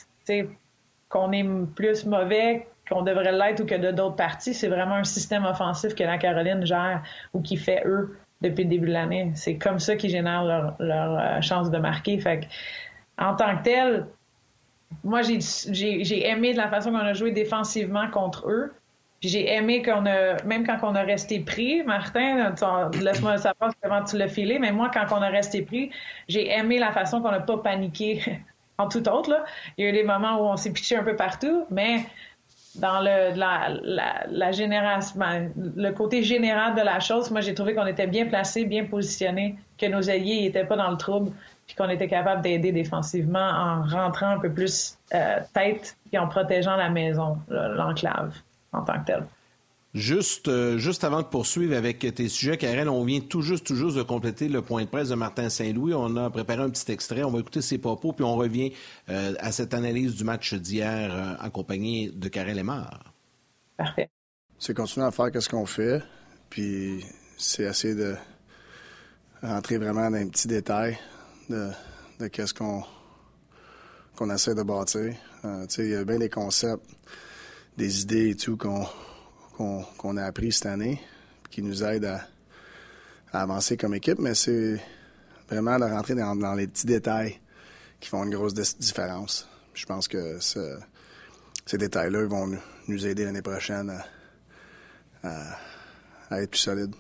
qu'on est plus mauvais qu'on devrait l'être ou que de d'autres parties. C'est vraiment un système offensif que la Caroline gère ou qui fait eux depuis le début de l'année. C'est comme ça qu'ils génèrent leur, leur euh, chance de marquer. Fait que, en tant que tel, moi, j'ai, j'ai, j'ai aimé de la façon qu'on a joué défensivement contre eux. Puis j'ai aimé qu'on a, même quand on a resté pris, Martin, tu, laisse-moi savoir comment tu l'as filé, mais moi, quand on a resté pris, j'ai aimé la façon qu'on n'a pas paniqué en tout autre, là. Il y a eu des moments où on s'est pitché un peu partout, mais dans le la, la, la génération, ben, le côté général de la chose, moi j'ai trouvé qu'on était bien placés, bien positionnés, que nos alliés n'étaient pas dans le trouble, puis qu'on était capable d'aider défensivement en rentrant un peu plus euh, tête et en protégeant la maison, l'enclave en tant que telle. Juste, euh, juste avant de poursuivre avec tes sujets, Karel, on vient tout juste, tout juste de compléter le point de presse de Martin Saint-Louis. On a préparé un petit extrait. On va écouter ses propos, puis on revient euh, à cette analyse du match d'hier euh, en compagnie de Karel Émard. Parfait. C'est continuer à faire ce qu'on fait, puis c'est essayer de rentrer vraiment dans les petits détails de, de qu'est-ce qu'on, qu'on essaie de bâtir. Euh, tu sais, il y a bien des concepts, des idées et tout qu'on Qu'on, qu'on a appris cette année, qui nous aide à, à avancer comme équipe, mais c'est vraiment de rentrer dans, dans les petits détails qui font une grosse différence. Je pense que ce, ces détails-là vont nous, nous aider l'année prochaine à, à, à être plus solides.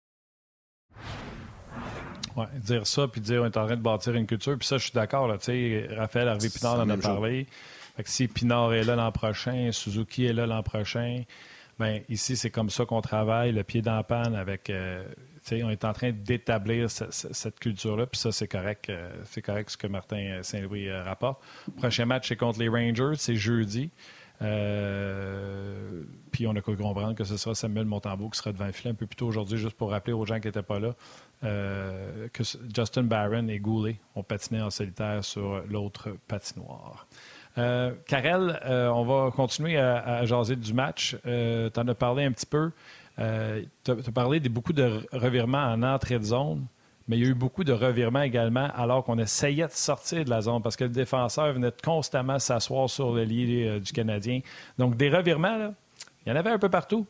Oui, dire ça, puis dire on est en train de bâtir une culture, puis ça, je suis d'accord. Là, Raphaël Harvey-Pinard en a parlé. Fait que si Pinard est là l'an prochain, Suzuki est là l'an prochain, Bien, ici, c'est comme ça qu'on travaille, le pied dans la panne avec... Euh, on est en train d'établir ce, ce, cette culture-là, puis ça, c'est correct. Euh, c'est correct ce que Martin Saint-Louis euh, rapporte. Le prochain match, c'est contre les Rangers, c'est jeudi. Euh, puis on a cru comprendre que ce sera Samuel Montembeault qui sera devant le filet un peu plus tôt aujourd'hui, juste pour rappeler aux gens qui n'étaient pas là euh, que Justin Barron et Goulet ont patiné en solitaire sur l'autre patinoire. Euh, Karel, euh, on va continuer à, à jaser du match. Euh, tu en as parlé un petit peu. Euh, tu as parlé de beaucoup de revirements en entrée de zone, mais il y a eu beaucoup de revirements également alors qu'on essayait de sortir de la zone parce que le défenseur venait de constamment s'asseoir sur le lit euh, du Canadien. Donc, des revirements, là, il y en avait un peu partout.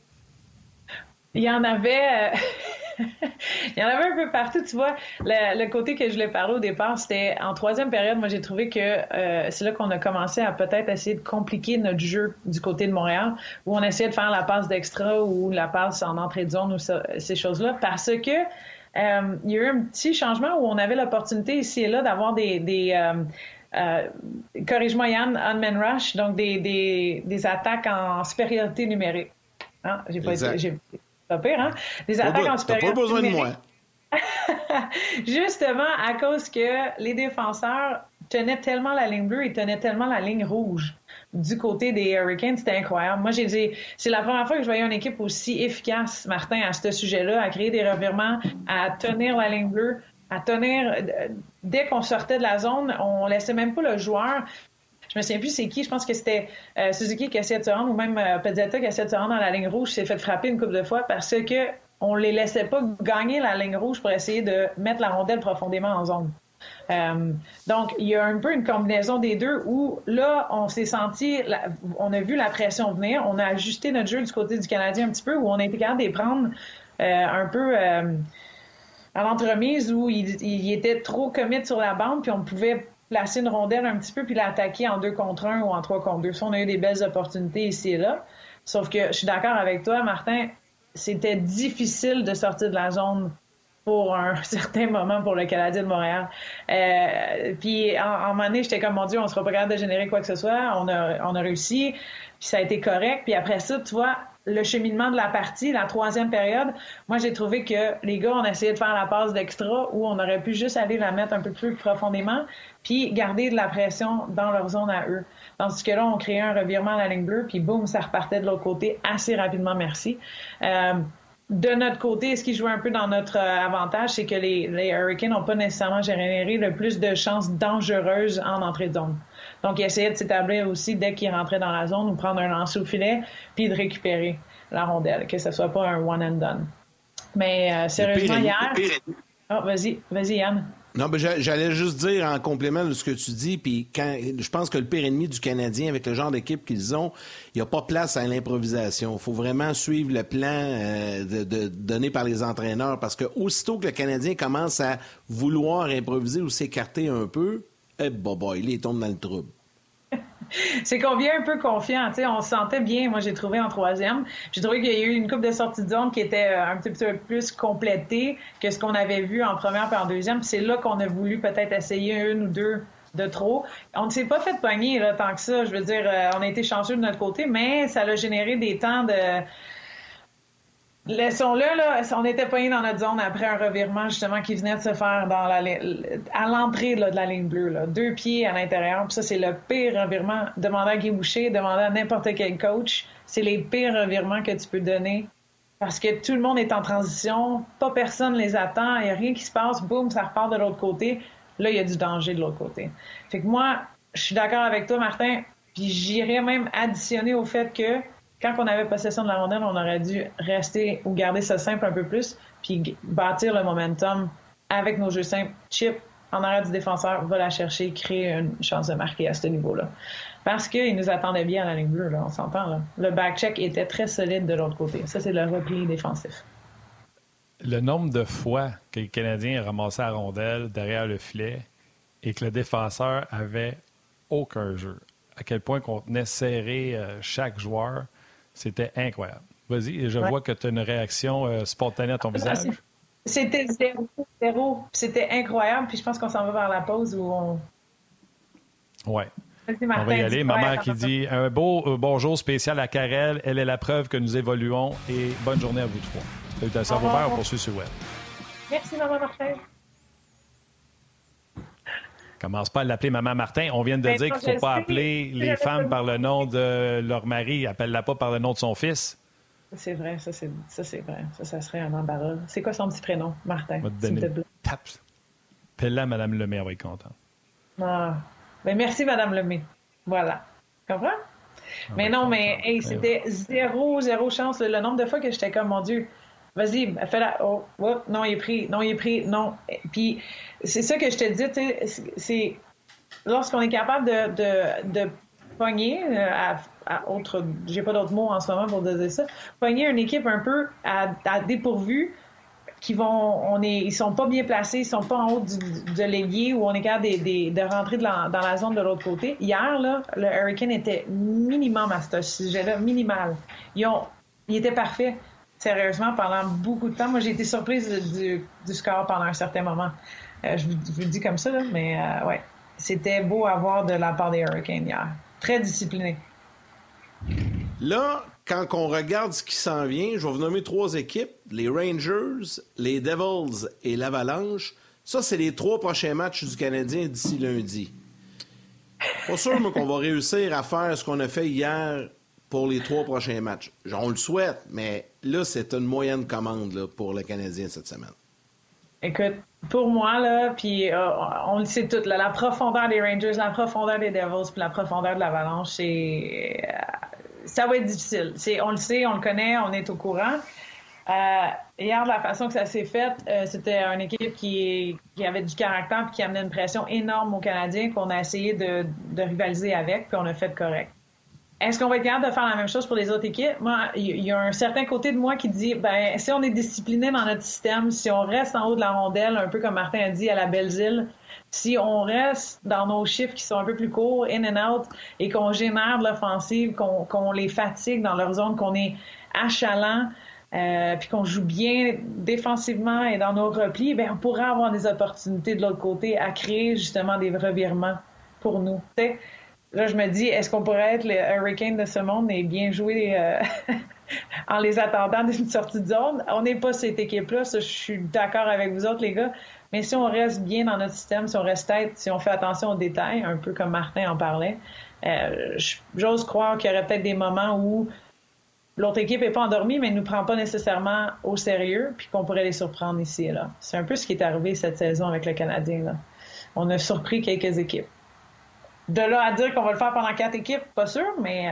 Il y en avait... Euh... Il y en avait un peu partout, tu vois. Le, le côté que je voulais parler au départ, c'était en troisième période, moi j'ai trouvé que euh, c'est là qu'on a commencé à peut-être essayer de compliquer notre jeu du côté de Montréal, où on essayait de faire la passe d'extra ou la passe en entrée de zone ou ça, ces choses-là, parce que euh, il y a eu un petit changement où on avait l'opportunité ici et là d'avoir des... des euh, euh, corrige-moi Yann, on-man rush, donc des, des, des attaques en supériorité numérique. Hein? J'ai pas été... J'ai... C'est pas pire, hein? Des attaques en supériorité. T'as pas besoin numérique. de moi. Justement, à cause que les défenseurs tenaient tellement la ligne bleue et tenaient tellement la ligne rouge du côté des Hurricanes, c'était incroyable. Moi, j'ai dit, c'est la première fois que je voyais une équipe aussi efficace, Martin, à ce sujet-là, à créer des revirements, à tenir la ligne bleue, à tenir... Dès qu'on sortait de la zone, on laissait même pas le joueur... Je me souviens plus c'est qui, je pense que c'était euh, Suzuki qui essayait de se rendre ou même euh, Pezzetta qui essayait de se rendre dans la ligne rouge, s'est fait frapper une couple de fois parce que on les laissait pas gagner la ligne rouge pour essayer de mettre la rondelle profondément en zone. Euh, donc, il y a un peu une combinaison des deux où là, on s'est senti, la, on a vu la pression venir, on a ajusté notre jeu du côté du Canadien un petit peu où on a été capable de les prendre euh, un peu euh, à l'entremise où il, il était trop commit sur la bande puis on pouvait placer une rondelle un petit peu puis l'attaquer en deux contre un ou en trois contre deux. Ça, on a eu des belles opportunités ici et là. Sauf que je suis d'accord avec toi, Martin, c'était difficile de sortir de la zone pour un certain moment pour le Canadien de Montréal. Euh, puis en, en moment donné, j'étais comme, mon Dieu, on sera pas capable de générer quoi que ce soit. On a, on a réussi, puis ça a été correct. Puis après ça, tu vois, le cheminement de la partie, la troisième période, moi, j'ai trouvé que les gars, on essayé de faire la passe d'extra où on aurait pu juste aller la mettre un peu plus profondément puis garder de la pression dans leur zone à eux. Tandis que là, on créait un revirement à la ligne bleue, puis boum, ça repartait de l'autre côté assez rapidement, merci. Euh, de notre côté, ce qui jouait un peu dans notre euh, avantage, c'est que les, les Hurricanes n'ont pas nécessairement généré le plus de chances dangereuses en entrée de zone. Donc, ils essayaient de s'établir aussi dès qu'ils rentraient dans la zone ou prendre un lancer au filet, puis de récupérer la rondelle, que ce soit pas un one and done. Mais euh, sérieusement, pire, hier... pire... Oh, vas-y, vas-y, Yann. Non, ben j'allais juste dire en complément de ce que tu dis, puis quand je pense que le pire ennemi du Canadien, avec le genre d'équipe qu'ils ont, il n'y a pas place à l'improvisation. Il faut vraiment suivre le plan euh, de, de, donné par les entraîneurs, parce que aussitôt que le Canadien commence à vouloir improviser ou s'écarter un peu, eh bah bah, il tombe dans le trouble. C'est qu'on vient un peu confiant, tu sais, on se sentait bien, moi j'ai trouvé en troisième. J'ai trouvé qu'il y a eu une coupe de sortie de zone qui était un petit peu plus complétée que ce qu'on avait vu en première et en deuxième. Puis c'est là qu'on a voulu peut-être essayer une ou deux de trop. On ne s'est pas fait pogner là, tant que ça. Je veux dire, euh, on a été chanceux de notre côté, mais ça a généré des temps de... Laissons-le, là, on était pognés dans notre zone après un revirement, justement, qui venait de se faire dans la, à l'entrée là, de la ligne bleue. Là. Deux pieds à l'intérieur. Puis ça, c'est le pire revirement. Demandez à Guy Boucher, demandez à n'importe quel coach. C'est les pires revirements que tu peux donner. Parce que tout le monde est en transition. Pas personne les attend. Il n'y a rien qui se passe. Boum, ça repart de l'autre côté. Là, il y a du danger de l'autre côté. Fait que moi, je suis d'accord avec toi, Martin. Puis j'irais même additionner au fait que quand on avait possession de la rondelle, on aurait dû rester ou garder ça simple un peu plus, puis bâtir le momentum avec nos jeux simples. Chip, en arrière du défenseur, va la chercher, créer une chance de marquer à ce niveau-là. Parce qu'il nous attendait bien à la ligne bleue, là, on s'entend. Là. Le back-check était très solide de l'autre côté. Ça, c'est le repli défensif. Le nombre de fois que le Canadien a ramassé la rondelle derrière le filet et que le défenseur avait aucun jeu, à quel point qu'on tenait serré euh, chaque joueur, c'était incroyable. Vas-y, je ouais. vois que tu as une réaction euh, spontanée à ton visage. C'était zéro, zéro. C'était incroyable. Puis je pense qu'on s'en va vers la pause où on... Oui. Merci, Martin. On va y aller. Ma Ouais, mère qui dit un beau euh, bonjour spécial à Karel. Elle est la preuve que nous évoluons. Et bonne journée à vous trois. Salutations à vos mères. On poursuit sur le web. Merci, Maman Martin. Commence pas à l'appeler Maman Martin. On vient de Ben, dire non, qu'il ne je faut pas sais. appeler les J'avais femmes pas par le nom de leur mari. Appelle-la pas par le nom de son fils. C'est vrai, ça c'est, ça, c'est vrai. Ça, ça serait un embarras. C'est quoi son petit prénom, Martin? On va te s'il donner te plaît? tape. Appelle-la Mme Lemay, elle va être contente. Ah. Ben, merci, Madame Lemay. Voilà. Comprends? On mais va non, être mais content. hey, Mais c'était zéro, zéro chance. Le, le nombre de fois que j'étais comme, mon Dieu, vas-y, fais-la. Oh, oh, non, il est pris. Non, il est pris. Non. Puis, c'est ça que je te dis, tu sais, c'est, c'est lorsqu'on est capable de, de, de pogner, euh, à, à autre, j'ai pas d'autres mots en ce moment pour dire ça, pogner une équipe un peu à, à dépourvu, qui vont, on est, ils sont pas bien placés, ils sont pas en haut du, de l'ailier où on est capable de, de, de rentrer de la, dans la zone de l'autre côté. Hier, là, le Hurricane était minimum à ce sujet-là, minimal. Ils ont, il était parfait, sérieusement, pendant beaucoup de temps. Moi, j'ai été surprise du, du score pendant un certain moment. Euh, je, vous, je vous le dis comme ça, là, mais euh, ouais, c'était beau à voir de la part des Hurricanes hier. Très discipliné. Là, quand on regarde ce qui s'en vient, je vais vous nommer trois équipes, les Rangers, les Devils et l'Avalanche. Ça, c'est les trois prochains matchs du Canadien d'ici lundi. Pas sûr, moi, qu'on va réussir à faire ce qu'on a fait hier pour les trois prochains matchs. On le souhaite, mais là, c'est une moyenne commande là, pour le Canadien cette semaine. Écoute, pour moi, là, puis euh, on le sait tout, là, la profondeur des Rangers, la profondeur des Devils, puis la profondeur de l'Avalanche, c'est... Euh, ça va être difficile. C'est, on le sait, on le connaît, on est au courant. Euh, hier, de la façon que ça s'est fait, euh, c'était une équipe qui, qui avait du caractère puis qui amenait une pression énorme aux Canadiens qu'on a essayé de, de rivaliser avec, puis on a fait correct. Est-ce qu'on va être capable de faire la même chose pour les autres équipes? Moi, il y a un certain côté de moi qui dit, ben, si on est discipliné dans notre système, si on reste en haut de la rondelle, un peu comme Martin a dit à la Belle-Île, si on reste dans nos chiffres qui sont un peu plus courts, in and out, et qu'on génère de l'offensive, qu'on, qu'on les fatigue dans leur zone, qu'on est achalant, euh, puis qu'on joue bien défensivement et dans nos replis, ben, on pourrait avoir des opportunités de l'autre côté à créer justement des revirements pour nous. T'sais? Là, je me dis, est-ce qu'on pourrait être les Hurricanes de ce monde et bien jouer euh, en les attendant d'une sortie de zone? On n'est pas cette équipe-là, ça, je suis d'accord avec vous autres, les gars. Mais si on reste bien dans notre système, si on reste tête, si on fait attention aux détails, un peu comme Martin en parlait, euh, j'ose croire qu'il y aurait peut-être des moments où l'autre équipe n'est pas endormie, mais ne nous prend pas nécessairement au sérieux, puis qu'on pourrait les surprendre ici et là. C'est un peu ce qui est arrivé cette saison avec le Canadien, là. On a surpris quelques équipes. De là à dire qu'on va le faire pendant quatre équipes, pas sûr, mais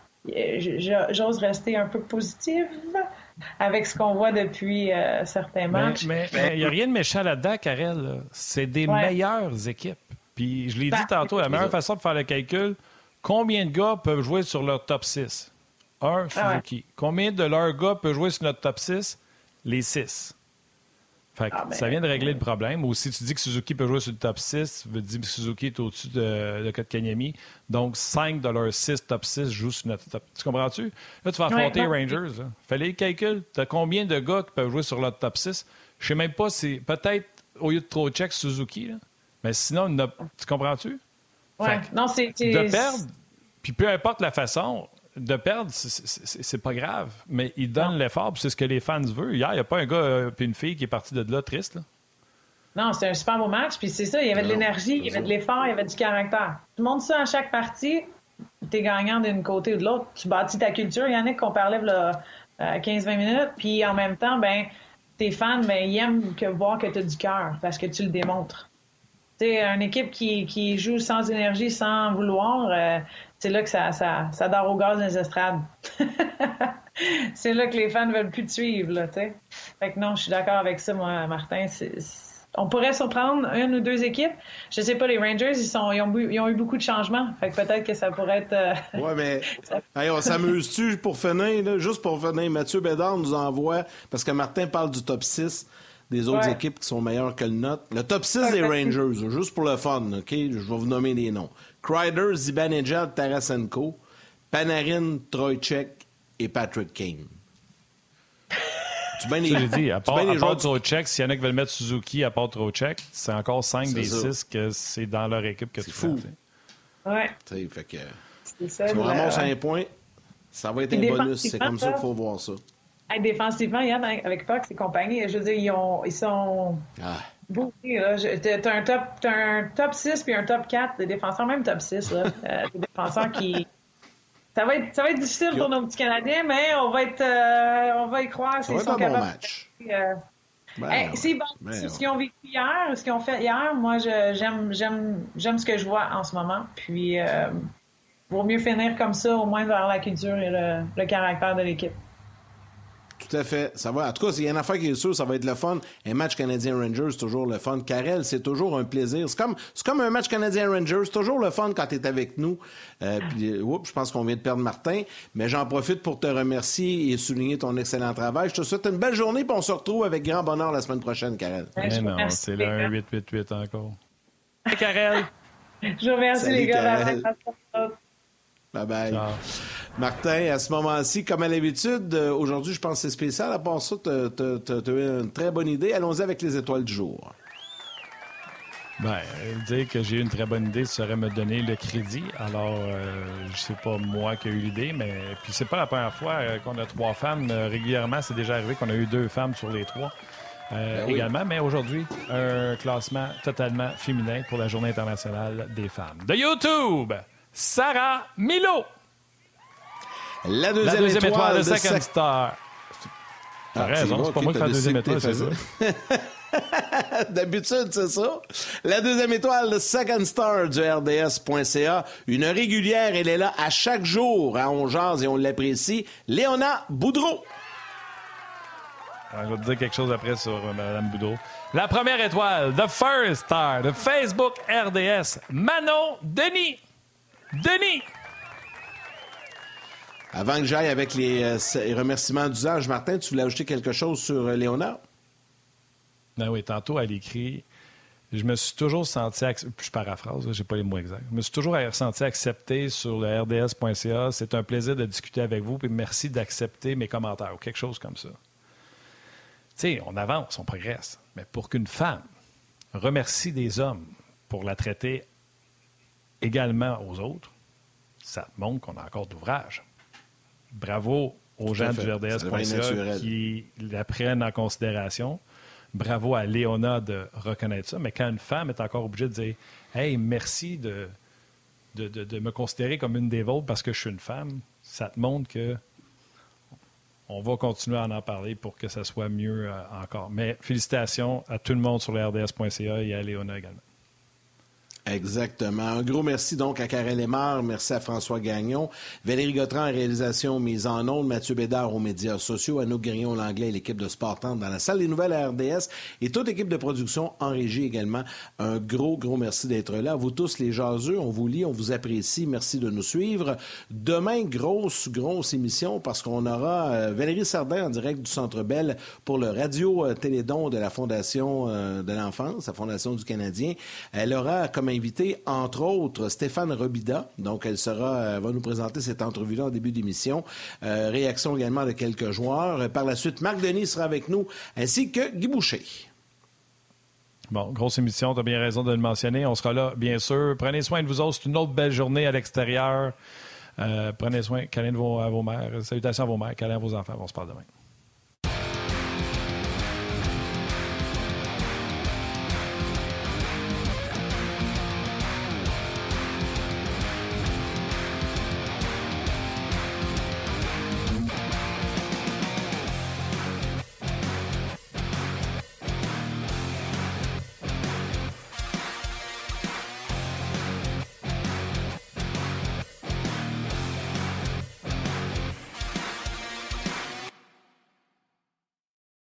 euh, j'ose rester un peu positive avec ce qu'on voit depuis euh, certains matchs. Mais il n'y a rien de méchant là-dedans, Karel. C'est des ouais. meilleures équipes. Puis je l'ai ben, dit tantôt, la meilleure façon de faire le calcul, combien de gars peuvent jouer sur leur top six? Un, Suzuki. Ah ouais. Combien de leurs gars peuvent jouer sur notre top six? Les six. Fait que ah ben, ça vient de régler le problème. Ou si tu dis que Suzuki peut jouer sur le top six, ça veut dire que Suzuki est au-dessus de, de Kotkaniemi. Donc, cinq de leurs six top six jouent sur notre top. Tu comprends-tu? Là, tu vas affronter ouais, les Rangers. Là. Fallait le calcul. Tu as combien de gars qui peuvent jouer sur leur top six? Je sais même pas si... Peut-être, au lieu de Trocheck, Suzuki. Là. Mais sinon, a, tu comprends-tu? Ouais. Que, non, c'est... De perdre, puis peu importe la façon... De perdre, c'est, c'est, c'est pas grave, mais ils donnent non. l'effort, puis c'est ce que les fans veulent. Hier, il n'y a pas un gars euh, puis une fille qui est parti de là triste. Là. Non, c'était un super beau match, puis c'est ça, il y avait non, de l'énergie, il y avait de l'effort, il y avait du caractère. Tu montres ça à chaque partie, t'es gagnant d'une côté ou de l'autre, tu bâtis ta culture. Il y en a qu'on parlait là, euh, quinze vingt minutes, puis en même temps, ben tes fans, ben ils aiment que voir que tu as du cœur, parce que tu le démontres. Tu sais, une équipe qui, qui joue sans énergie, sans vouloir... Euh, c'est là que ça, ça, ça dort au gaz dans les estrades. C'est là que les fans ne veulent plus te suivre, là, tu sais. Fait que non, je suis d'accord avec ça, moi, Martin. C'est, c'est... On pourrait surprendre une ou deux équipes. Je sais pas, les Rangers, ils, sont, ils, ont, ils ont eu beaucoup de changements. Fait que peut-être que ça pourrait être... Euh... Ouais, mais hey, on s'amuse-tu pour finir, là? Juste pour finir, Mathieu Bédard nous envoie, parce que Martin parle du top six des autres ouais. équipes qui sont meilleures que le nôtre. Le top six okay. des Rangers, juste pour le fun, OK? Je vais vous nommer les noms. Kreider, Zibanejad, Tarasenko, Panarin, Trocheck et Patrick Kane. Tu bien les, j'ai dit, à part, à part Trocheck, s'il y en a qui veulent mettre Suzuki à part Trocheck, c'est encore cinq c'est des ça. six que c'est dans leur équipe que c'est tu fou. fais. Ouais. T'sais, fait que, c'est ça. si on le... ramasse un point, ça va être Puis un bonus. C'est comme ça qu'il faut voir ça. Hey, défensivement, Yann, avec Fox et compagnie, je veux dire, ils, ont, ils sont Ah. bourrés. Là. T'as un top, t'as un top six puis un top quatre de défenseurs, même top six. Là. euh, des défenseurs qui... Ça va être, ça va être difficile pour nos petits Canadiens, mais on va, être, euh, on va y croire. Ça va être un bon match. Euh... Ben, hey, c'est bon. ben, C'est ce qu'ils ont vécu hier, ce qu'ils ont fait hier. Moi, je, j'aime, j'aime, j'aime ce que je vois en ce moment. Puis, euh, vaut mieux finir comme ça, au moins vers la culture et le, le caractère de l'équipe. Tout à fait. Ça va. En tout cas, s'il y a une affaire qui est sûre, ça va être le fun. Un match Canadien-Rangers, c'est toujours le fun. Karel, c'est toujours un plaisir. C'est comme, c'est comme un match Canadien-Rangers. C'est toujours le fun quand tu es avec nous. Euh, puis, oups, je pense qu'on vient de perdre Martin. Mais j'en profite pour te remercier et souligner ton excellent travail. Je te souhaite une belle journée, puis on se retrouve avec grand bonheur la semaine prochaine, Karel. Mais non, c'est le un huit huit huit encore. Hey, Karel! Je vous remercie, Salut, les gars. Bye-bye. Ciao. Martin, à ce moment-ci, comme à l'habitude, euh, aujourd'hui, je pense que c'est spécial. À part ça, tu as eu une très bonne idée. Allons-y avec les étoiles du jour. Bien, dire que j'ai eu une très bonne idée, ça serait me donner le crédit. Alors, euh, je sais pas moi qui ai eu l'idée, mais puis c'est pas la première fois euh, qu'on a trois femmes. Euh, régulièrement, c'est déjà arrivé qu'on a eu deux femmes sur les trois euh, ben oui. également. Mais aujourd'hui, un classement totalement féminin pour la Journée internationale des femmes. De YouTube, Sarah Milo. La deuxième, la deuxième étoile, étoile de de Second Sac... Star. T'as Ah, raison, vois, c'est pas okay, moi qui fais la deuxième étoile, c'est ça. D'habitude, c'est ça. La deuxième étoile, le Second Star du R D S point C A. Une régulière, elle est là à chaque jour. Hein, on jase et on l'apprécie. Léona Boudreau. Alors, je vais te dire quelque chose après sur euh, Mme Boudreau. La première étoile, The First Star de Facebook R D S, Manon Denis. Denis. Avant que j'aille avec les euh, remerciements d'usage, Martin, tu voulais ajouter quelque chose sur euh, Léona? Ben oui, tantôt, elle écrit « Je me suis toujours senti... » Je paraphrase, j'ai pas les mots exacts. « Je me suis toujours ressenti accepté sur le R D S point C A. C'est un plaisir de discuter avec vous, puis merci d'accepter mes commentaires. » ou quelque chose comme ça. Tu sais, on avance, on progresse. Mais pour qu'une femme remercie des hommes pour la traiter également aux autres, ça montre qu'on a encore d'ouvrage. Bravo aux gens du R D S point C A qui la prennent en considération. Bravo à Léona de reconnaître ça. Mais quand une femme est encore obligée de dire « Hey, merci de, de, de, de me considérer comme une des vôtres parce que je suis une femme », ça te montre que on va continuer à en parler pour que ça soit mieux euh, encore. Mais félicitations à tout le monde sur le R D S point C A et à Léona également. Exactement. Un gros merci donc à Karel Aymar, merci à François Gagnon, Valérie Gautran en réalisation mise en ondes, Mathieu Bédard aux médias sociaux, Anouk Grignon-Langlais et l'équipe de Sport trente dans la salle des nouvelles à R D S et toute l'équipe de production en régie également. Un gros, gros merci d'être là. À vous tous les jaseux, on vous lit, on vous apprécie. Merci de nous suivre. Demain, grosse, grosse émission parce qu'on aura euh, Valérie Sardin en direct du Centre Bell pour le radio-télédon de la Fondation euh, de l'enfance, la Fondation du Canadien. Elle aura comme invité, entre autres, Stéphane Robida. Donc, elle sera, euh, va nous présenter cette entrevue-là en début d'émission. Euh, réaction également de quelques joueurs. Par la suite, Marc Denis sera avec nous, ainsi que Guy Boucher. Bon, grosse émission, tu as bien raison de le mentionner. On sera là, bien sûr. Prenez soin de vous autres. C'est une autre belle journée à l'extérieur. Euh, prenez soin. Câlin de vos, à vos mères. Salutations à vos mères. Câlin à vos enfants. On se parle demain.